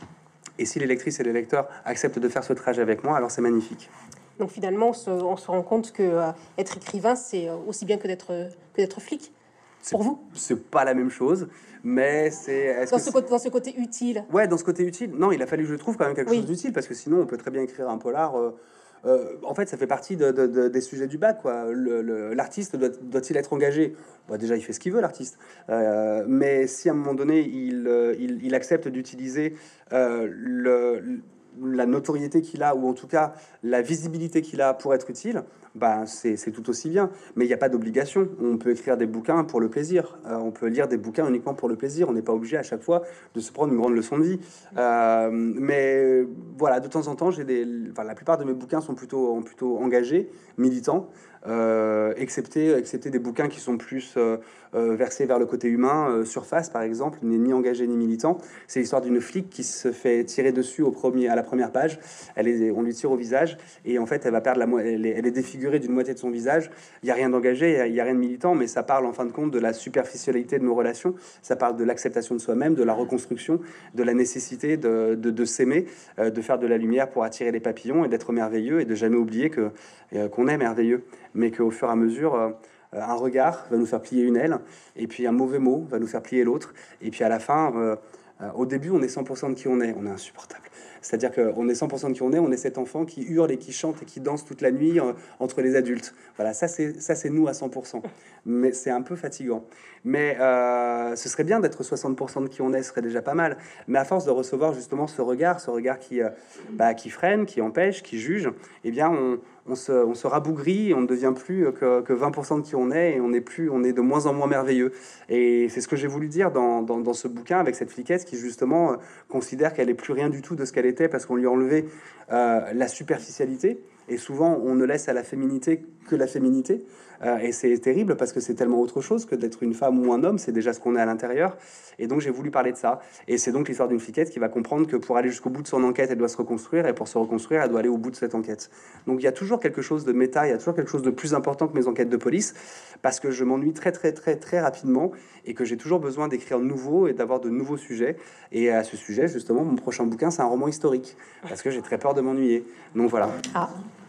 Et si les lectrices et les lecteurs acceptent de faire ce trajet avec moi, alors c'est magnifique. Donc finalement, on se, on se rend compte que euh, être écrivain, c'est aussi bien que d'être que d'être flic. Pour vous, c'est pas la même chose, mais c'est dans ce côté, dans ce côté utile. Ouais, dans ce côté utile. Non, il a fallu que je trouve quand même quelque oui. chose d'utile, parce que sinon, on peut très bien écrire un polar. Euh, Euh, en fait, ça fait partie de, de, de, des sujets du bac, quoi. Le, le, l'artiste doit, doit-il être engagé? Bon, déjà, il fait ce qu'il veut, l'artiste. Euh, mais si à un moment donné, il, il, il accepte d'utiliser euh, le, la notoriété qu'il a, ou en tout cas la visibilité qu'il a pour être utile, bah, c'est, c'est tout aussi bien. Mais il n'y a pas d'obligation. On peut écrire des bouquins pour le plaisir. Euh, on peut lire des bouquins uniquement pour le plaisir. On n'est pas obligé à chaque fois de se prendre une grande leçon de vie. Euh, mais voilà, de temps en temps, j'ai des, enfin, la plupart de mes bouquins sont plutôt, plutôt engagés, militants. Euh, excepté, excepté des bouquins qui sont plus euh, euh, versés vers le côté humain. euh, Surface, par exemple, n'est ni engagé ni militant. C'est l'histoire d'une flic qui se fait tirer dessus au premier, à la première page. Elle est, on lui tire au visage et en fait, elle va perdre la moitié. Elle est, elle est défigurée d'une moitié de son visage. Il n'y a rien d'engagé, il n'y a, a rien de militant, mais ça parle en fin de compte de la superficialité de nos relations. Ça parle de l'acceptation de soi-même, de la reconstruction, de la nécessité de, de, de s'aimer, euh, de faire de la lumière pour attirer les papillons et d'être merveilleux et de jamais oublier que, euh, qu'on est merveilleux. Mais qu'au fur et à mesure, euh, un regard va nous faire plier une aile, et puis un mauvais mot va nous faire plier l'autre, et puis à la fin, euh, euh, au début, on est cent pour cent de qui on est, on est insupportable. C'est-à-dire qu'on est cent pour cent de qui on est, on est cet enfant qui hurle et qui chante et qui danse toute la nuit euh, entre les adultes. Voilà, ça c'est, ça c'est nous à cent pour cent. Mais c'est un peu fatigant. Mais euh, ce serait bien d'être soixante pour cent de qui on est, ce serait déjà pas mal. Mais à force de recevoir justement ce regard, ce regard qui, euh, bah, qui freine, qui empêche, qui juge, eh bien on, on, se, on se rabougrit et on ne devient plus que, que vingt pour cent de qui on est, et on est, plus, on est de moins en moins merveilleux. Et c'est ce que j'ai voulu dire dans, dans, dans ce bouquin avec cette fliquette qui justement euh, considère qu'elle n'est plus rien du tout de ce qu'elle était parce qu'on lui a enlevé euh, la superficialité. Et souvent, on ne laisse à la féminité que la féminité. Euh, et c'est terrible parce que c'est tellement autre chose que d'être une femme ou un homme. C'est déjà ce qu'on est à l'intérieur. Et donc, j'ai voulu parler de ça. Et c'est donc l'histoire d'une fliquette qui va comprendre que pour aller jusqu'au bout de son enquête, elle doit se reconstruire. Et pour se reconstruire, elle doit aller au bout de cette enquête. Donc, il y a toujours quelque chose de méta. Il y a toujours quelque chose de plus important que mes enquêtes de police. Parce que je m'ennuie très, très, très, très rapidement. Et que j'ai toujours besoin d'écrire nouveau et d'avoir de nouveaux sujets. Et à ce sujet, justement, mon prochain bouquin, c'est un roman historique. Parce que j'ai très peur de m'ennuyer. Donc, voilà. Ah.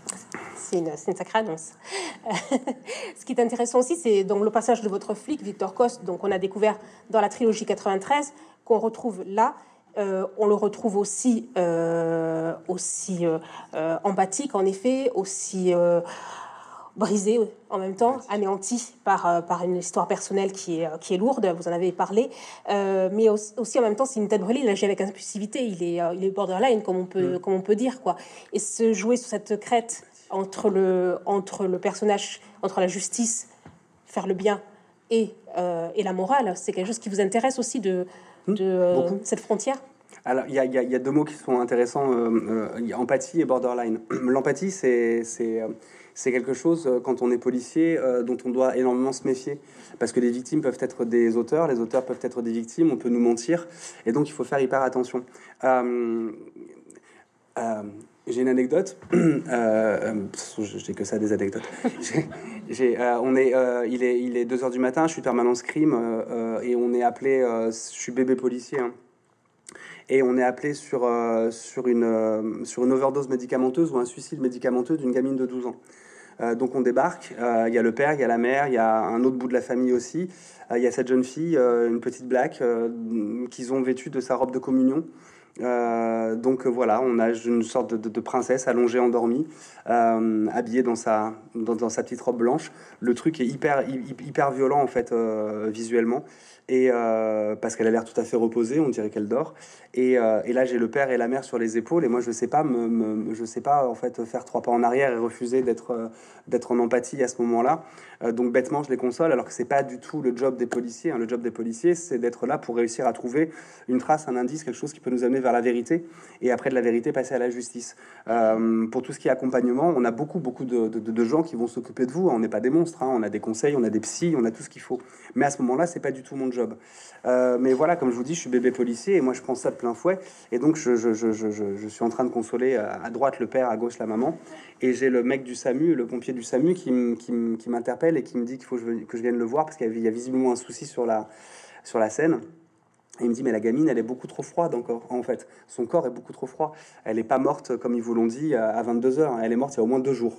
C'est une, c'est une sacrée annonce. Ce qui est intéressant aussi, c'est donc le passage de votre flic, Victor Coste, donc on a découvert dans la trilogie quatre-vingt-treize, qu'on retrouve là. Euh, on le retrouve aussi, euh, aussi euh, euh, empathique, en effet, aussi euh, brisé en même temps, anéanti par, euh, par une histoire personnelle qui est, qui est lourde, vous en avez parlé, euh, mais aussi, aussi en même temps, c'est une tête brûlée, il agit avec impulsivité, il est, euh, il est borderline, comme on peut, mmh. comme on peut dire, quoi. Et se jouer sur cette crête entre le, entre le personnage, entre la justice, faire le bien et, euh, et la morale, c'est quelque chose qui vous intéresse aussi de, de euh, cette frontière? Alors, il y, y, y a deux mots qui sont intéressants, euh, euh, y a empathie et borderline. L'empathie, c'est, c'est, c'est quelque chose, quand on est policier, euh, dont on doit énormément se méfier. Parce que les victimes peuvent être des auteurs, les auteurs peuvent être des victimes, on peut nous mentir. Et donc, il faut faire hyper attention. Euh, euh, J'ai une anecdote. euh, j'ai que ça, des anecdotes. j'ai, j'ai, euh, on est, euh, il est, il est deux heures du matin. Je suis permanence crime euh, euh, et on est appelé. Euh, je suis bébé policier. Hein, et on est appelé sur euh, sur une euh, sur une overdose médicamenteuse ou un suicide médicamenteux d'une gamine de douze ans. Euh, donc on débarque. Il euh, y a le père, il y a la mère, il y a un autre bout de la famille aussi. Il euh, y a cette jeune fille, euh, une petite black, euh, qu'ils ont vêtue de sa robe de communion. Euh, donc euh, voilà, on a une sorte de, de, de princesse allongée, endormie, euh, habillée dans sa, dans, dans sa petite robe blanche. Le truc est hyper, hyper violent en fait, euh, visuellement, et euh, parce qu'elle a l'air tout à fait reposée, on dirait qu'elle dort. Et, euh, et là, j'ai le père et la mère sur les épaules, et moi, je sais pas, me, me, je sais pas en fait faire trois pas en arrière et refuser d'être, euh, d'être en empathie à ce moment-là. Euh, donc bêtement, je les console, alors que c'est pas du tout le job des policiers. Hein. Le job des policiers, c'est d'être là pour réussir à trouver une trace, un indice, quelque chose qui peut nous amener vers la vérité, et après de la vérité passer à la justice. Euh, pour tout ce qui est accompagnement, on a beaucoup beaucoup de, de, de gens qui vont s'occuper de vous. On n'est pas des monstres, hein. On a des conseils, on a des psys, on a tout ce qu'il faut. Mais à ce moment-là, c'est pas du tout mon job. Euh, mais voilà, comme je vous dis, je suis bébé policier et moi je prends ça de plein fouet. Et donc je, je, je, je, je suis en train de consoler à droite le père, à gauche la maman. Et j'ai le mec du SAMU, le pompier du SAMU, qui, m- qui, m- qui m'interpelle et qui me dit qu'il faut que je, que je vienne le voir parce qu'il y a, il y a visiblement un souci sur la, sur la scène. Et il me dit, mais la gamine, elle est beaucoup trop froide encore, en fait. Son corps est beaucoup trop froid. Elle n'est pas morte, comme ils vous l'ont dit, à vingt-deux heures. Elle est morte il y a au moins deux jours.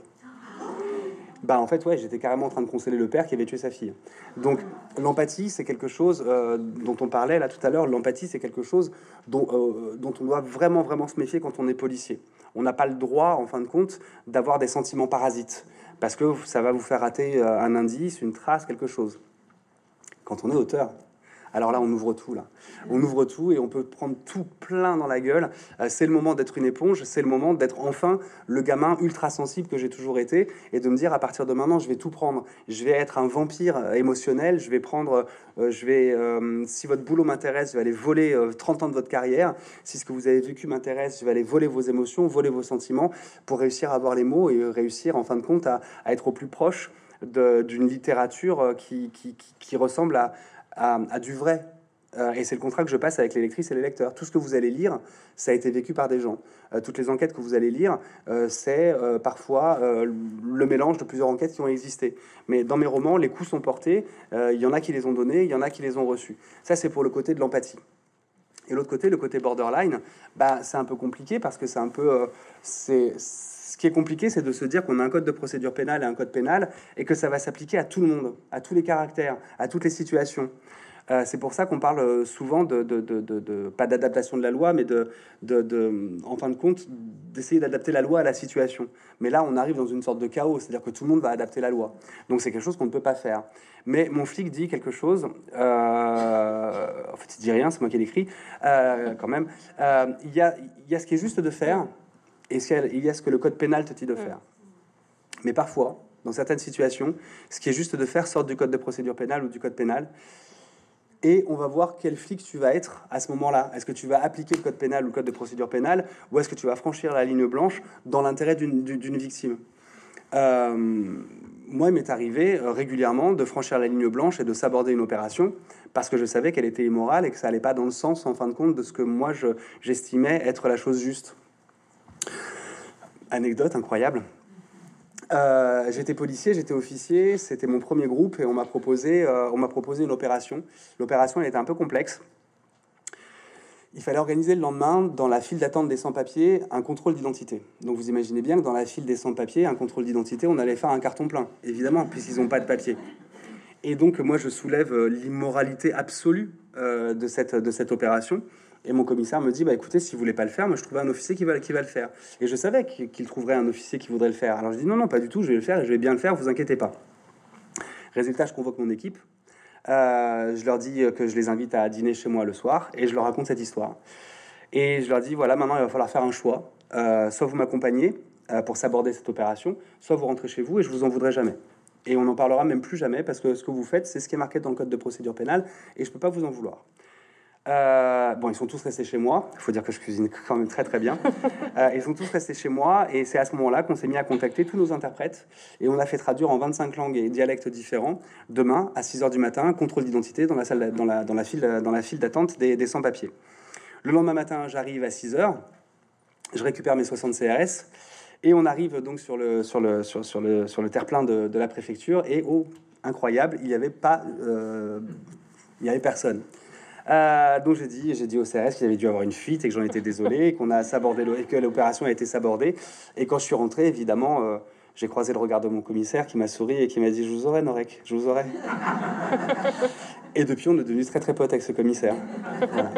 Bah, en fait, ouais, j'étais carrément en train de consoler le père qui avait tué sa fille. Donc, l'empathie, c'est quelque chose euh, dont on parlait là tout à l'heure. L'empathie, c'est quelque chose dont, euh, dont on doit vraiment, vraiment se méfier quand on est policier. On n'a pas le droit, en fin de compte, d'avoir des sentiments parasites. Parce que ça va vous faire rater euh, un indice, une trace, quelque chose. Quand on est auteur, alors là, on ouvre tout, là. On ouvre tout et on peut prendre tout plein dans la gueule. Euh, c'est le moment d'être une éponge, c'est le moment d'être enfin le gamin ultra sensible que j'ai toujours été et de me dire, à partir de maintenant, je vais tout prendre. Je vais être un vampire euh, émotionnel, je vais prendre, euh, je vais, euh, si votre boulot m'intéresse, je vais aller voler euh, trente ans de votre carrière. Si ce que vous avez vécu m'intéresse, je vais aller voler vos émotions, voler vos sentiments pour réussir à avoir les mots et réussir, en fin de compte, à, à être au plus proche de, d'une littérature qui, qui, qui, qui ressemble à À, à du vrai. Euh, et c'est le contrat que je passe avec les lectrices et les lecteurs. Tout ce que vous allez lire, ça a été vécu par des gens. Euh, toutes les enquêtes que vous allez lire, euh, c'est euh, parfois euh, le mélange de plusieurs enquêtes qui ont existé. Mais dans mes romans, les coups sont portés. Euh, il y en a qui les ont donnés, il y en a qui les ont reçus. Ça, c'est pour le côté de l'empathie. Et l'autre côté, le côté borderline, bah, c'est un peu compliqué parce que c'est un peu... Euh, c'est... Ce qui est compliqué, c'est de se dire qu'on a un code de procédure pénale et un code pénal et que ça va s'appliquer à tout le monde, à tous les caractères, à toutes les situations. Euh, c'est pour ça qu'on parle souvent de, de, de, de, de pas d'adaptation de la loi, mais de, de, de, en fin de compte, d'essayer d'adapter la loi à la situation. Mais là, on arrive dans une sorte de chaos, c'est-à-dire que tout le monde va adapter la loi. Donc c'est quelque chose qu'on ne peut pas faire. Mais mon flic dit quelque chose. Euh, en fait, il dit rien, c'est moi qui l'écris euh, quand même. Euh, il y a, il y a ce qui est juste de faire. Et il y a ce que le code pénal te dit de faire. Mais parfois, dans certaines situations, ce qui est juste de faire sort du code de procédure pénale ou du code pénal. Et on va voir quel flic tu vas être à ce moment-là. Est-ce que tu vas appliquer le code pénal ou le code de procédure pénale, ou est-ce que tu vas franchir la ligne blanche dans l'intérêt d'une, d'une victime. euh, Moi, il m'est arrivé euh, régulièrement de franchir la ligne blanche et de s'aborder une opération parce que je savais qu'elle était immorale et que ça allait pas dans le sens, en fin de compte, de ce que moi, je, j'estimais être la chose juste. Anecdote incroyable. Euh, j'étais policier, j'étais officier, c'était mon premier groupe et on m'a proposé, euh, on m'a proposé une opération. L'opération elle était un peu complexe. Il fallait organiser le lendemain, dans la file d'attente des sans-papiers, un contrôle d'identité. Donc vous imaginez bien que dans la file des sans-papiers, un contrôle d'identité, on allait faire un carton plein, évidemment, puisqu'ils n'ont pas de papier. Et donc moi je soulève l'immoralité absolue euh, de, cette, de cette opération. Et mon commissaire me dit, bah écoutez, si vous voulez pas le faire, moi je trouvais un officier qui va, qui va le faire. Et je savais qu'il trouverait un officier qui voudrait le faire. Alors je dis, non, non, pas du tout, je vais le faire et je vais bien le faire, vous inquiétez pas. Résultat, je convoque mon équipe. Euh, je leur dis que je les invite à dîner chez moi le soir et je leur raconte cette histoire. Et je leur dis, voilà, maintenant il va falloir faire un choix. Euh, soit vous m'accompagnez euh, pour s'aborder cette opération, soit vous rentrez chez vous et je vous en voudrais jamais. Et on n'en parlera même plus jamais parce que ce que vous faites, c'est ce qui est marqué dans le code de procédure pénale et je peux pas vous en vouloir. Euh, bon, ils sont tous restés chez moi. Il faut dire que je cuisine quand même très très bien. Euh, ils sont tous restés chez moi et c'est à ce moment-là qu'on s'est mis à contacter tous nos interprètes et on a fait traduire en vingt-cinq langues et dialectes différents. Demain, à six heures du matin, contrôle d'identité dans la salle, dans la, dans la file, dans la file d'attente des, des sans-papiers. Le lendemain matin, j'arrive à six heures. Je récupère mes soixante C R S et on arrive donc sur le, sur le, sur, sur le, sur le terre-plein de, de la préfecture et, oh, incroyable, il n'y avait pas... Euh, il n'y avait personne. Euh, donc j'ai dit, j'ai dit au C R S qu'il avait dû avoir une fuite et que j'en étais désolé, qu'on a sabordé le, et que l'opération a été sabordée. Et quand je suis rentré, évidemment, euh, j'ai croisé le regard de mon commissaire qui m'a souri et qui m'a dit « Je vous aurai, Norek, je vous aurai. » Et depuis, on est devenu très très potes avec ce commissaire. Voilà.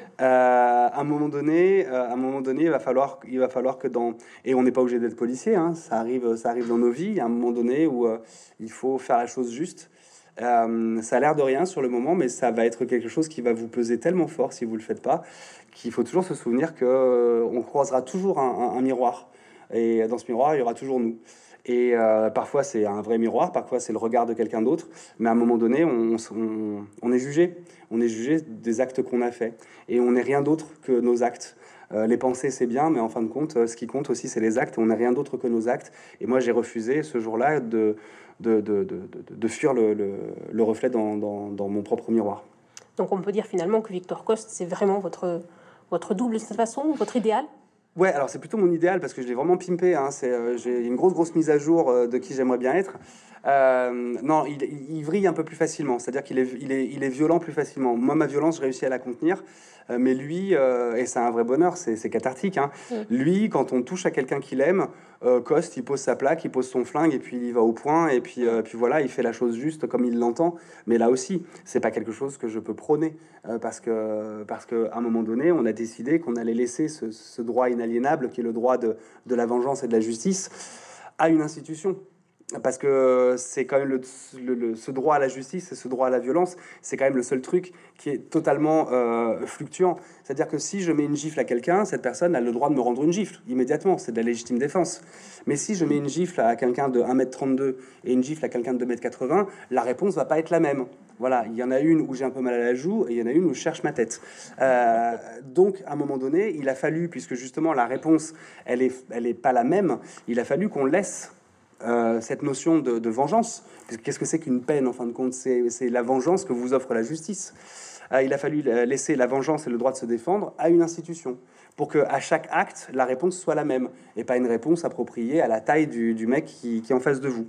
Euh, à un moment donné, euh, à un moment donné, il va falloir, il va falloir que dans et on n'est pas obligé d'être policier, hein, ça arrive, ça arrive dans nos vies. Il y a un moment donné où euh, il faut faire la chose juste. Euh, ça a l'air de rien sur le moment, mais ça va être quelque chose qui va vous peser tellement fort si vous le faites pas, qu'il faut toujours se souvenir que euh, on croisera toujours un, un, un miroir, et dans ce miroir, il y aura toujours nous. Et euh, parfois c'est un vrai miroir, parfois c'est le regard de quelqu'un d'autre, mais à un moment donné, on, on, on est jugé, on est jugé des actes qu'on a fait, et on n'est rien d'autre que nos actes. Euh, les pensées, c'est bien, mais en fin de compte, ce qui compte aussi, c'est les actes. On n'est rien d'autre que nos actes. Et moi, j'ai refusé ce jour-là de, de, de, de, de, de fuir le, le, le reflet dans, dans, dans mon propre miroir. Donc, on peut dire finalement que Victor Coste, c'est vraiment votre, votre double de cette façon, votre idéal? Ouais, alors c'est plutôt mon idéal parce que je l'ai vraiment pimpé. Hein. C'est, euh, j'ai une grosse, grosse mise à jour euh, de qui j'aimerais bien être. Euh, non, il, il vrille un peu plus facilement. C'est-à-dire qu'il est, il est, il est violent plus facilement. Moi, ma violence, je réussis à la contenir. Euh, mais lui, euh, et c'est un vrai bonheur, c'est, c'est cathartique. Hein. Mm. Lui, quand on touche à quelqu'un qu'il aime, euh, Coste, il pose sa plaque, il pose son flingue et puis il va au point. Et puis, euh, puis voilà, il fait la chose juste comme il l'entend. Mais là aussi, c'est pas quelque chose que je peux prôner euh, parce que, parce qu'à un moment donné, on a décidé qu'on allait laisser ce, ce droit inaliénable qui est le droit de, de la vengeance et de la justice à une institution. Parce que c'est quand même le, le, le, ce droit à la justice et ce droit à la violence, c'est quand même le seul truc qui est totalement euh, fluctuant. C'est-à-dire que si je mets une gifle à quelqu'un, cette personne a le droit de me rendre une gifle immédiatement, c'est de la légitime défense. Mais si je mets une gifle à quelqu'un de un mètre trente-deux et une gifle à quelqu'un de deux mètres quatre-vingts, la réponse va pas être la même. Voilà, il y en a une où j'ai un peu mal à la joue et il y en a une où je cherche ma tête. Euh, donc, à un moment donné, il a fallu, puisque justement la réponse, elle est, elle est pas la même, il a fallu qu'on laisse Euh, cette notion de, de vengeance. Qu'est-ce que c'est qu'une peine en fin de compte? C'est, c'est la vengeance que vous offre la justice. Euh, il a fallu laisser la vengeance et le droit de se défendre à une institution pour que à chaque acte la réponse soit la même et pas une réponse appropriée à la taille du, du mec qui, qui est en face de vous.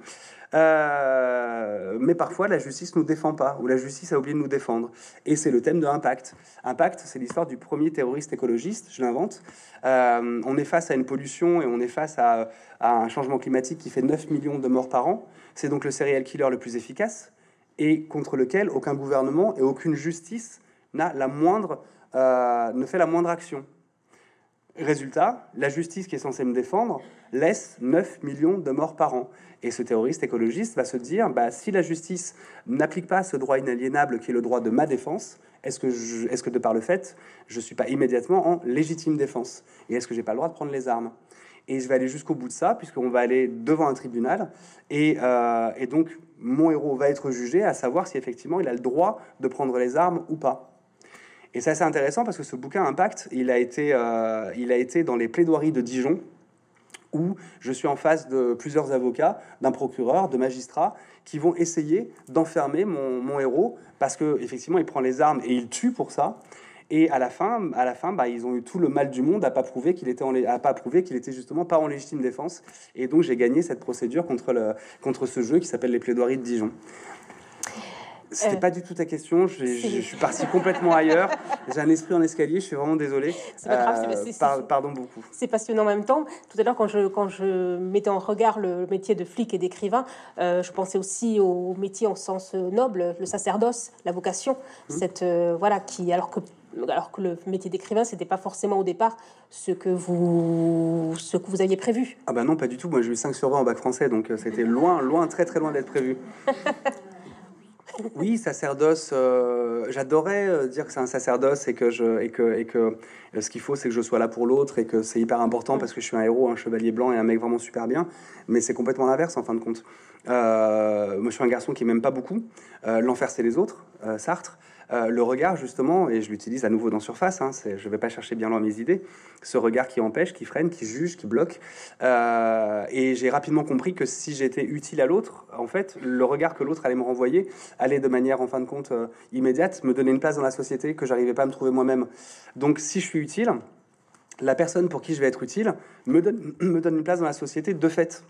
Euh, mais parfois la justice nous défend pas, ou la justice a oublié de nous défendre, et c'est le thème de Impact. Impact, c'est l'histoire du premier terroriste écologiste, je l'invente. Euh, on est face à une pollution et on est face à, à un changement climatique qui fait neuf millions de morts par an. C'est donc le serial killer le plus efficace et contre lequel aucun gouvernement et aucune justice n'a la moindre, euh, ne fait la moindre action. Résultat, la justice qui est censée me défendre laisse neuf millions de morts par an. Et ce terroriste écologiste va se dire, bah, si la justice n'applique pas ce droit inaliénable qui est le droit de ma défense, est-ce que, je, est-ce que de par le fait, je ne suis pas immédiatement en légitime défense? Et est-ce que je n'ai pas le droit de prendre les armes? Et je vais aller jusqu'au bout de ça, puisqu'on va aller devant un tribunal. Et, euh, et donc, mon héros va être jugé à savoir si effectivement il a le droit de prendre les armes ou pas. Et c'est assez intéressant parce que ce bouquin Impact, il a été, euh, il a été dans les plaidoiries de Dijon, où je suis en face de plusieurs avocats, d'un procureur, de magistrats, qui vont essayer d'enfermer mon, mon héros, parce qu'effectivement, il prend les armes et il tue pour ça. Et à la fin, à la fin bah, ils ont eu tout le mal du monde à pas prouver qu'il était, en, à pas prouver qu'il était justement pas en légitime défense. Et donc, j'ai gagné cette procédure contre, le, contre ce jeu qui s'appelle les plaidoiries de Dijon. C'était euh, pas du tout ta question, je, je, je suis parti complètement ailleurs. J'ai un esprit en escalier, je suis vraiment désolé. C'est pas grave, euh, c'est, c'est, par, pardon beaucoup. C'est passionnant en même temps. Tout à l'heure, quand je, quand je mettais en regard le métier de flic et d'écrivain, euh, je pensais aussi au métier en sens noble, le sacerdoce, la vocation. Mmh. Cette, euh, voilà, qui, alors que alors que le métier d'écrivain, c'était pas forcément au départ ce que vous, ce que vous aviez prévu. Ah ben non, pas du tout. Moi, j'ai eu cinq sur vingt en bac français, donc c'était loin, loin, très très loin d'être prévu. Oui, sacerdoce. Euh, j'adorais euh, dire que c'est un sacerdoce et que je et que et que euh, ce qu'il faut, c'est que je sois là pour l'autre et que c'est hyper important parce que je suis un héros, un chevalier blanc et un mec vraiment super bien. Mais c'est complètement l'inverse en fin de compte. Euh, moi, je suis un garçon qui m'aime pas beaucoup. Euh, l'enfer, c'est les autres. Euh, Sartre. Euh, le regard, justement, et je l'utilise à nouveau dans Surface, hein, c'est, je ne vais pas chercher bien loin mes idées, ce regard qui empêche, qui freine, qui juge, qui bloque. Euh, et j'ai rapidement compris que si j'étais utile à l'autre, en fait, le regard que l'autre allait me renvoyer allait de manière, en fin de compte, euh, immédiate, me donner une place dans la société que j'arrivais pas à me trouver moi-même. Donc, si je suis utile, la personne pour qui je vais être utile me donne, me donne une place dans la société de fait.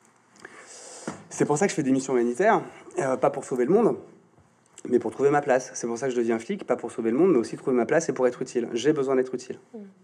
C'est pour ça que je fais des missions humanitaires, euh, pas pour sauver le monde, mais pour trouver ma place. C'est pour ça que je deviens flic, pas pour sauver le monde, mais aussi trouver ma place et pour être utile. J'ai besoin d'être utile.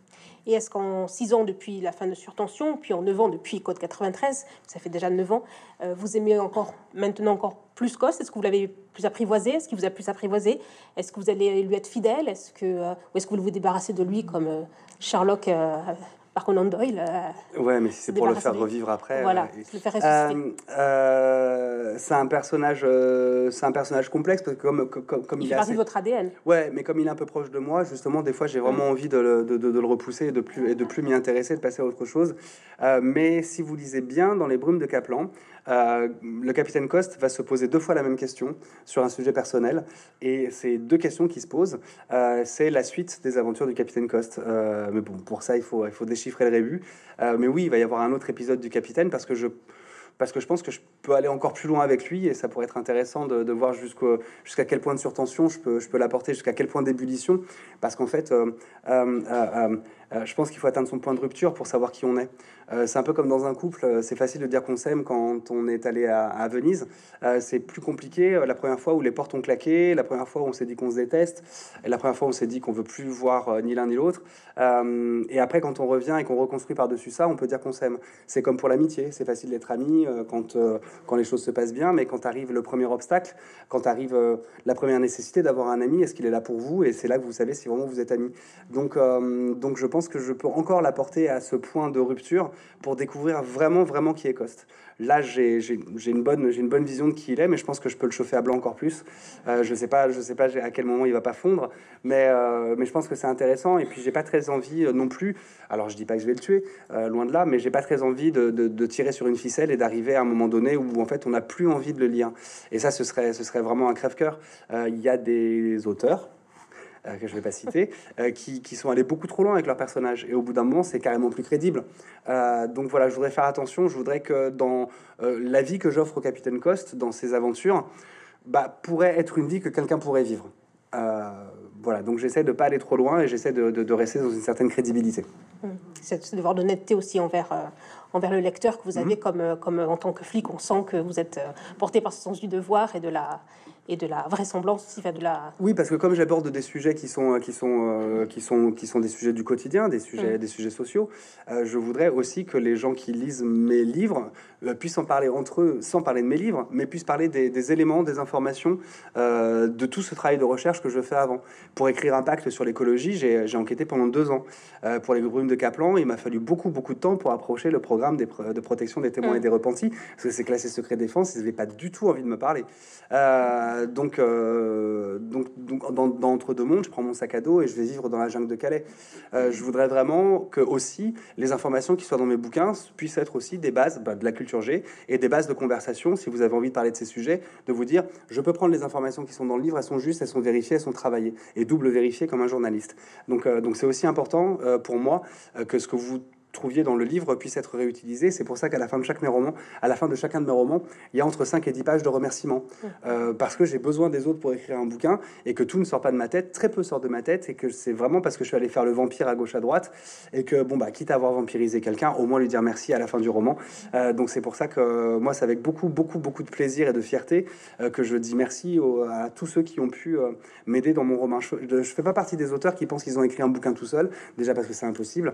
Et est-ce qu'en six ans depuis la fin de Surtension, puis en neuf ans depuis Code quatre-vingt-treize, ça fait déjà neuf ans, euh, vous aimez encore maintenant encore plus Coste? Est-ce que vous l'avez plus apprivoisé? Est-ce qu'il vous a plus apprivoisé? Est-ce que vous allez lui être fidèle? Est-ce que, euh, ou est-ce que vous vous débarrassez de lui comme euh, Sherlock euh, par Conan Doyle? euh, Ouais, mais si c'est pour le faire de- revivre après. Voilà, euh, le faire ressusciter. euh, euh, c'est un personnage, euh, c'est un personnage complexe parce que comme comme, comme Il il fait est partie assez- de votre A D N. Ouais, mais comme il est un peu proche de moi, justement, des fois, j'ai vraiment envie de le, de, de- de le repousser et de plus, et de plus m'y intéresser, de passer à autre chose. Euh, mais si vous lisez bien dans Les Brumes de Kaplan, euh, le capitaine Coste va se poser deux fois la même question sur un sujet personnel. Et ces deux questions qui se posent, euh, c'est la suite des aventures du capitaine Coste. Euh, mais bon, pour ça, il faut, il faut déchiffrer le rébut. Euh, mais oui, il va y avoir un autre épisode du capitaine parce que je... Parce que je pense que je peux aller encore plus loin avec lui et ça pourrait être intéressant de, de voir jusqu'au, jusqu'à quel point de surtension je peux, je peux l'apporter, jusqu'à quel point d'ébullition. Parce qu'en fait, euh, euh, euh, euh, je pense qu'il faut atteindre son point de rupture pour savoir qui on est. Euh, c'est un peu comme dans un couple, euh, c'est facile de dire qu'on s'aime quand on est allé à, à Venise. Euh, c'est plus compliqué euh, la première fois où les portes ont claqué, la première fois où on s'est dit qu'on se déteste, et la première fois où on s'est dit qu'on veut plus voir euh, ni l'un ni l'autre. Euh, et après, quand on revient et qu'on reconstruit par-dessus ça, on peut dire qu'on s'aime. C'est comme pour l'amitié, c'est facile d'être ami euh, quand, euh, quand les choses se passent bien, mais quand arrive le premier obstacle, quand arrive euh, la première nécessité d'avoir un ami, est-ce qu'il est là pour vous? Et c'est là que vous savez si vraiment vous êtes amis. Donc, euh, donc je pense que je peux encore l'apporter à ce point de rupture pour découvrir vraiment, vraiment qui est Coste. Là, j'ai, j'ai, j'ai, une bonne, j'ai une bonne vision de qui il est, mais je pense que je peux le chauffer à blanc encore plus. Euh, je sais pas, je sais pas à quel moment il va pas fondre, mais, euh, mais je pense que c'est intéressant. Et puis, j'ai pas très envie euh, non plus. Alors, je dis pas que je vais le tuer, euh, loin de là, mais j'ai pas très envie de, de, de tirer sur une ficelle et d'arriver à un moment donné où en fait on n'a plus envie de le lire. Et ça, ce serait, ce serait vraiment un crève-cœur. Euh, Il y a des auteurs euh, que je vais pas citer, euh, qui, qui sont allés beaucoup trop loin avec leur personnage. Et au bout d'un moment, c'est carrément plus crédible. Euh, donc voilà, je voudrais faire attention. Je voudrais que dans euh, la vie que j'offre au capitaine Coste, dans ses aventures, bah, pourrait être une vie que quelqu'un pourrait vivre. Euh, voilà, donc j'essaie de pas aller trop loin et j'essaie de, de, de rester dans une certaine crédibilité. C'est devoir d'honnêteté aussi envers, euh, envers le lecteur que vous avez, Mmh. comme, euh, comme euh, en tant que flic, on sent que vous êtes euh, porté par ce sens du devoir et de la, et de la vraisemblance aussi, enfin, de la... Oui, parce que comme j'aborde des sujets qui sont, qui sont, euh, qui sont, qui sont des sujets du quotidien, des sujets, Mm. des sujets sociaux, euh, je voudrais aussi que les gens qui lisent mes livres euh, puissent en parler entre eux, sans parler de mes livres, mais puissent parler des, des éléments, des informations, euh, de tout ce travail de recherche que je fais avant. Pour écrire Impact sur l'écologie, j'ai, j'ai enquêté pendant deux ans. Euh, pour les brumes de Kaplan, il m'a fallu beaucoup, beaucoup de temps pour approcher le programme des pro- de protection des témoins Mm. et des repentis, parce que c'est classé secret défense, ils n'avaient pas du tout envie de me parler. Euh, donc, euh, donc, donc dans, dans Entre deux mondes, je prends mon sac à dos et je vais vivre dans la jungle de Calais. Euh, je voudrais vraiment que aussi les informations qui soient dans mes bouquins puissent être aussi des bases bah, de la culture G et des bases de conversation. Si vous avez envie de parler de ces sujets, de vous dire, je peux prendre les informations qui sont dans le livre, elles sont justes, elles sont vérifiées, elles sont travaillées et double vérifiées comme un journaliste. Donc, euh, donc c'est aussi important euh, pour moi euh, que ce que vous trouviez dans le livre puisse être réutilisé. C'est pour ça qu'à la fin de chaque mes romans, à la fin de chacun de mes romans, il y a entre cinq et dix pages de remerciements. Euh, parce que j'ai besoin des autres pour écrire un bouquin et que tout ne sort pas de ma tête, très peu sort de ma tête et que c'est vraiment parce que je suis allé faire le vampire à gauche à droite et que, bon, bah, quitte à avoir vampirisé quelqu'un, au moins lui dire merci à la fin du roman. Euh, donc c'est pour ça que euh, moi, c'est avec beaucoup, beaucoup, beaucoup de plaisir et de fierté euh, que je dis merci au, à tous ceux qui ont pu euh, m'aider dans mon roman. Je ne fais pas partie des auteurs qui pensent qu'ils ont écrit un bouquin tout seul, déjà parce que c'est impossible.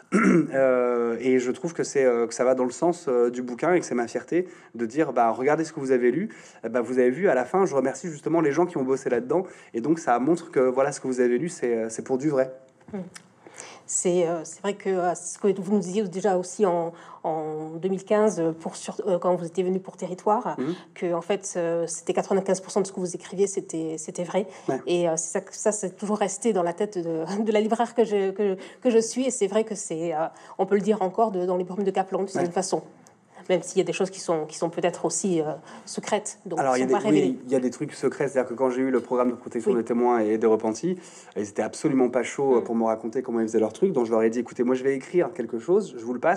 euh, et je trouve que, c'est, euh, que ça va dans le sens euh, du bouquin et que c'est ma fierté de dire, bah, regardez ce que vous avez lu, bah, vous avez vu à la fin, je remercie justement les gens qui ont bossé là-dedans, et donc ça montre que voilà, ce que vous avez lu, c'est, c'est pour du vrai. C'est, euh, c'est vrai que euh, ce que vous nous disiez déjà aussi en, en deux mille quinze, pour sur, euh, quand vous étiez venu pour Territoire, Mmh. que en fait euh, c'était quatre-vingt-quinze pour cent de ce que vous écriviez, c'était, c'était vrai. Ouais. Et euh, c'est ça, ça c'est toujours resté dans la tête de, de la libraire que je, que, que je suis. Et c'est vrai que c'est, euh, on peut le dire encore de, dans les brumes de Kaplan d'une certaine Ouais. façon. Même s'il y a des choses qui sont, qui sont peut-être aussi euh, secrètes, donc Alors, qui il y, sont a pas des, oui, révélées. il y a des trucs secrets, c'est-à-dire que quand j'ai eu le programme de protection Oui. des témoins et des repentis, ils étaient absolument pas chauds Mm. pour me raconter comment ils faisaient leur truc, donc je leur ai dit, écoutez, moi je vais écrire quelque chose, je vous le passe,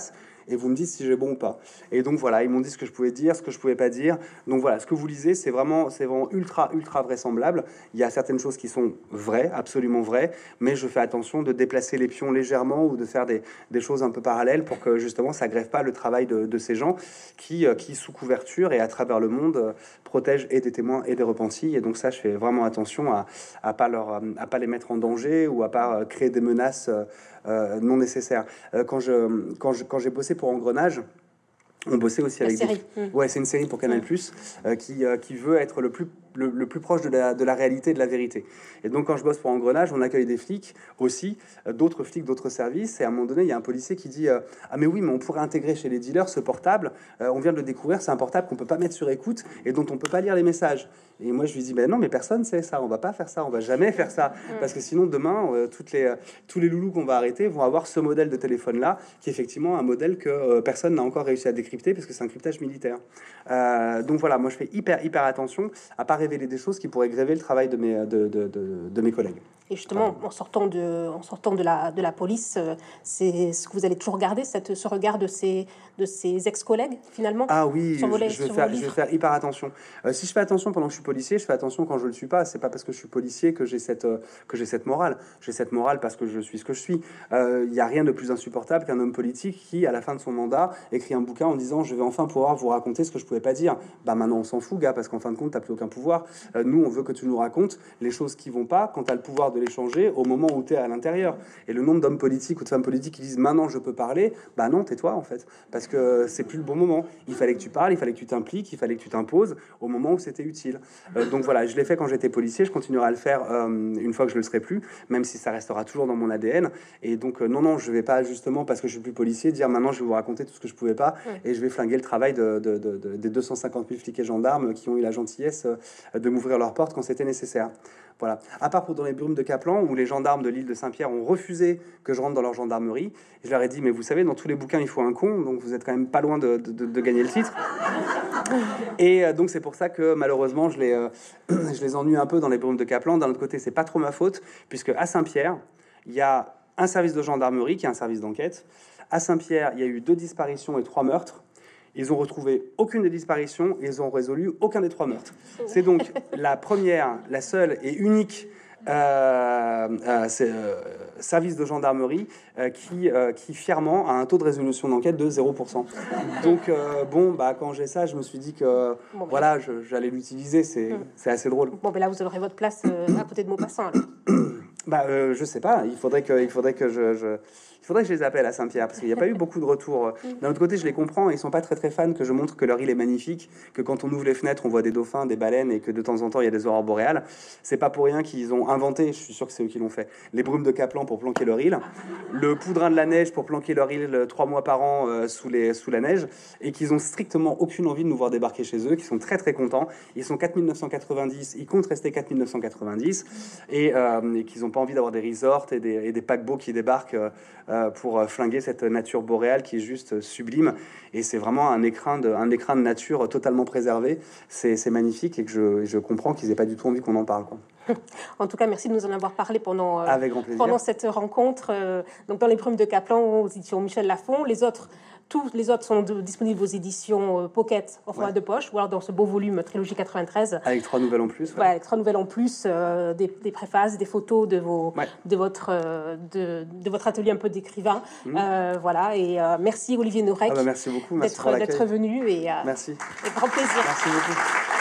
et vous me dites si j'ai bon ou pas. Et donc voilà, ils m'ont dit ce que je pouvais dire, ce que je pouvais pas dire. Donc voilà, ce que vous lisez, c'est vraiment, c'est vraiment ultra, ultra vraisemblable. Il y a certaines choses qui sont vraies, absolument vraies, mais je fais attention de déplacer les pions légèrement ou de faire des, des choses un peu parallèles pour que justement ça grève pas le travail de, de ces gens qui, qui, sous couverture et à travers le monde, protègent et des témoins et des repentis. Et donc ça, je fais vraiment attention à, à pas leur, à pas les mettre en danger ou à pas créer des menaces euh, non nécessaires. Euh, quand je, quand je, quand j'ai bossé pour Engrenage, on bossait aussi la avec série. des... Mmh. Ouais, c'est une série pour Canal+, mmh. euh, qui, euh, qui veut être le plus, le, le plus proche de la, de la réalité et de la vérité. Et donc, quand je bosse pour Engrenage, on accueille des flics aussi, euh, d'autres flics, d'autres services. Et à un moment donné, il y a un policier qui dit euh, « Ah mais oui, mais on pourrait intégrer chez les dealers ce portable. Euh, on vient de le découvrir, c'est un portable qu'on peut pas mettre sur écoute et dont on peut pas lire les messages. » Et moi, je lui dis ben « Non, mais personne sait ça. On va pas faire ça. On va jamais faire ça. Mmh. Parce que sinon, demain, euh, toutes les, euh, tous les loulous qu'on va arrêter vont avoir ce modèle de téléphone-là, qui est effectivement un modèle que euh, personne n'a encore réussi à décrypter parce que c'est un cryptage militaire. Euh, donc voilà, moi je fais hyper hyper attention à pas révéler des choses qui pourraient gréver le travail de mes de, de, de, de mes collègues. Et justement, en sortant de en sortant de la de la police, euh, c'est ce que vous allez toujours garder, cette, ce regard de ces de ces ex-collègues finalement. Ah oui, volet, je, vais faire, je vais faire hyper attention. Euh, si je fais attention pendant que je suis policier, je fais attention quand je le suis pas. C'est pas parce que je suis policier que j'ai cette euh, que j'ai cette morale. J'ai cette morale parce que je suis ce que je suis. Il euh, y a rien de plus insupportable qu'un homme politique qui, à la fin de son mandat, écrit un bouquin en disant je vais enfin pouvoir vous raconter ce que je pouvais pas dire. Bah maintenant on s'en fout, gars, parce qu'en fin de compte t'as plus aucun pouvoir. Euh, nous on veut que tu nous racontes les choses qui vont pas quand t'as le pouvoir de les changer au moment où t'es à l'intérieur. Et le nombre d'hommes politiques ou de femmes politiques qui disent maintenant je peux parler, bah non, tais-toi en fait, parce que c'est plus le bon moment. Il fallait que tu parles, il fallait que tu t'impliques, il fallait que tu t'imposes au moment où c'était utile. Euh, donc voilà, je l'ai fait quand j'étais policier, je continuerai à le faire euh, une fois que je le serai plus, même si ça restera toujours dans mon A D N. Et donc euh, non non, je vais pas justement parce que je suis plus policier dire maintenant je vais vous raconter tout ce que je pouvais pas et je vais flinguer le travail de, de, de, de, des deux cent cinquante mille flics et gendarmes qui ont eu la gentillesse de m'ouvrir leurs portes quand c'était nécessaire. Voilà. À part pour dans les brumes de Kaplan, où les gendarmes de l'île de Saint-Pierre ont refusé que je rentre dans leur gendarmerie. Je leur ai dit, mais vous savez, dans tous les bouquins, il faut un con, donc vous êtes quand même pas loin de, de, de gagner le titre. Et euh, donc c'est pour ça que malheureusement, je les, euh, je les ennuie un peu dans les brumes de Kaplan. D'un autre côté, c'est pas trop ma faute, puisque à Saint-Pierre, il y a un service de gendarmerie qui est un service d'enquête. À Saint-Pierre, il y a eu deux disparitions et trois meurtres. Ils ont retrouvé aucune des disparitions et ils ont résolu aucun des trois meurtres. C'est donc la première, la seule et unique euh, euh, c'est, euh, service de gendarmerie euh, qui, euh, qui fièrement a un taux de résolution d'enquête de zéro pour cent. Donc euh, bon, bah, quand j'ai ça, je me suis dit que bon, voilà, je, j'allais l'utiliser, c'est, hum. c'est assez drôle. Bon, ben là, vous aurez votre place euh, à côté de Maupassant. Bah, euh, je sais pas, il faudrait que, il faudrait que je... je... Il faudrait que je les appelle à Saint-Pierre, parce qu'il n'y a pas eu beaucoup de retours. D'un autre côté, je les comprends, ils sont pas très très fans que je montre que leur île est magnifique, que quand on ouvre les fenêtres, on voit des dauphins, des baleines, et que de temps en temps, il y a des aurores boréales. C'est pas pour rien qu'ils ont inventé, je suis sûr que c'est eux qui l'ont fait, les brumes de Kaplan pour planquer leur île, le poudrin de la neige pour planquer leur île trois mois par an euh, sous, les, sous la neige, et qu'ils ont strictement aucune envie de nous voir débarquer chez eux, qu'ils sont très très contents. Ils sont quatre mille neuf cent quatre-vingt-dix, ils comptent rester quatre mille neuf cent quatre-vingt-dix, et, euh, et qu'ils n'ont pas envie d'avoir des resorts et des, et des paquebots qui débarquent euh, pour flinguer cette nature boréale qui est juste sublime. Et c'est vraiment un écrin de, un écrin de nature totalement préservé. C'est, c'est magnifique et que je, je comprends qu'ils n'aient pas du tout envie qu'on en parle, quoi. En tout cas, merci de nous en avoir parlé pendant, euh, Avec grand plaisir. pendant cette rencontre. Euh, donc dans les brumes de Kaplan, aux éditions Michel Lafon. Les autres, tous les autres sont de, disponibles aux éditions euh, Pocket en format ouais. de poche, ou alors dans ce beau volume Trilogie quatre-vingt-treize. Avec trois nouvelles en plus. Ouais. Ouais, avec trois nouvelles en plus, euh, des, des préfaces, des photos de, vos, ouais. de, votre, euh, de, de votre atelier un peu d'écrivain. Mmh. Euh, voilà, et euh, merci Olivier Norek ah bah merci beaucoup, merci d'être, d'être venu. Et, euh, merci. Et grand plaisir. Merci beaucoup.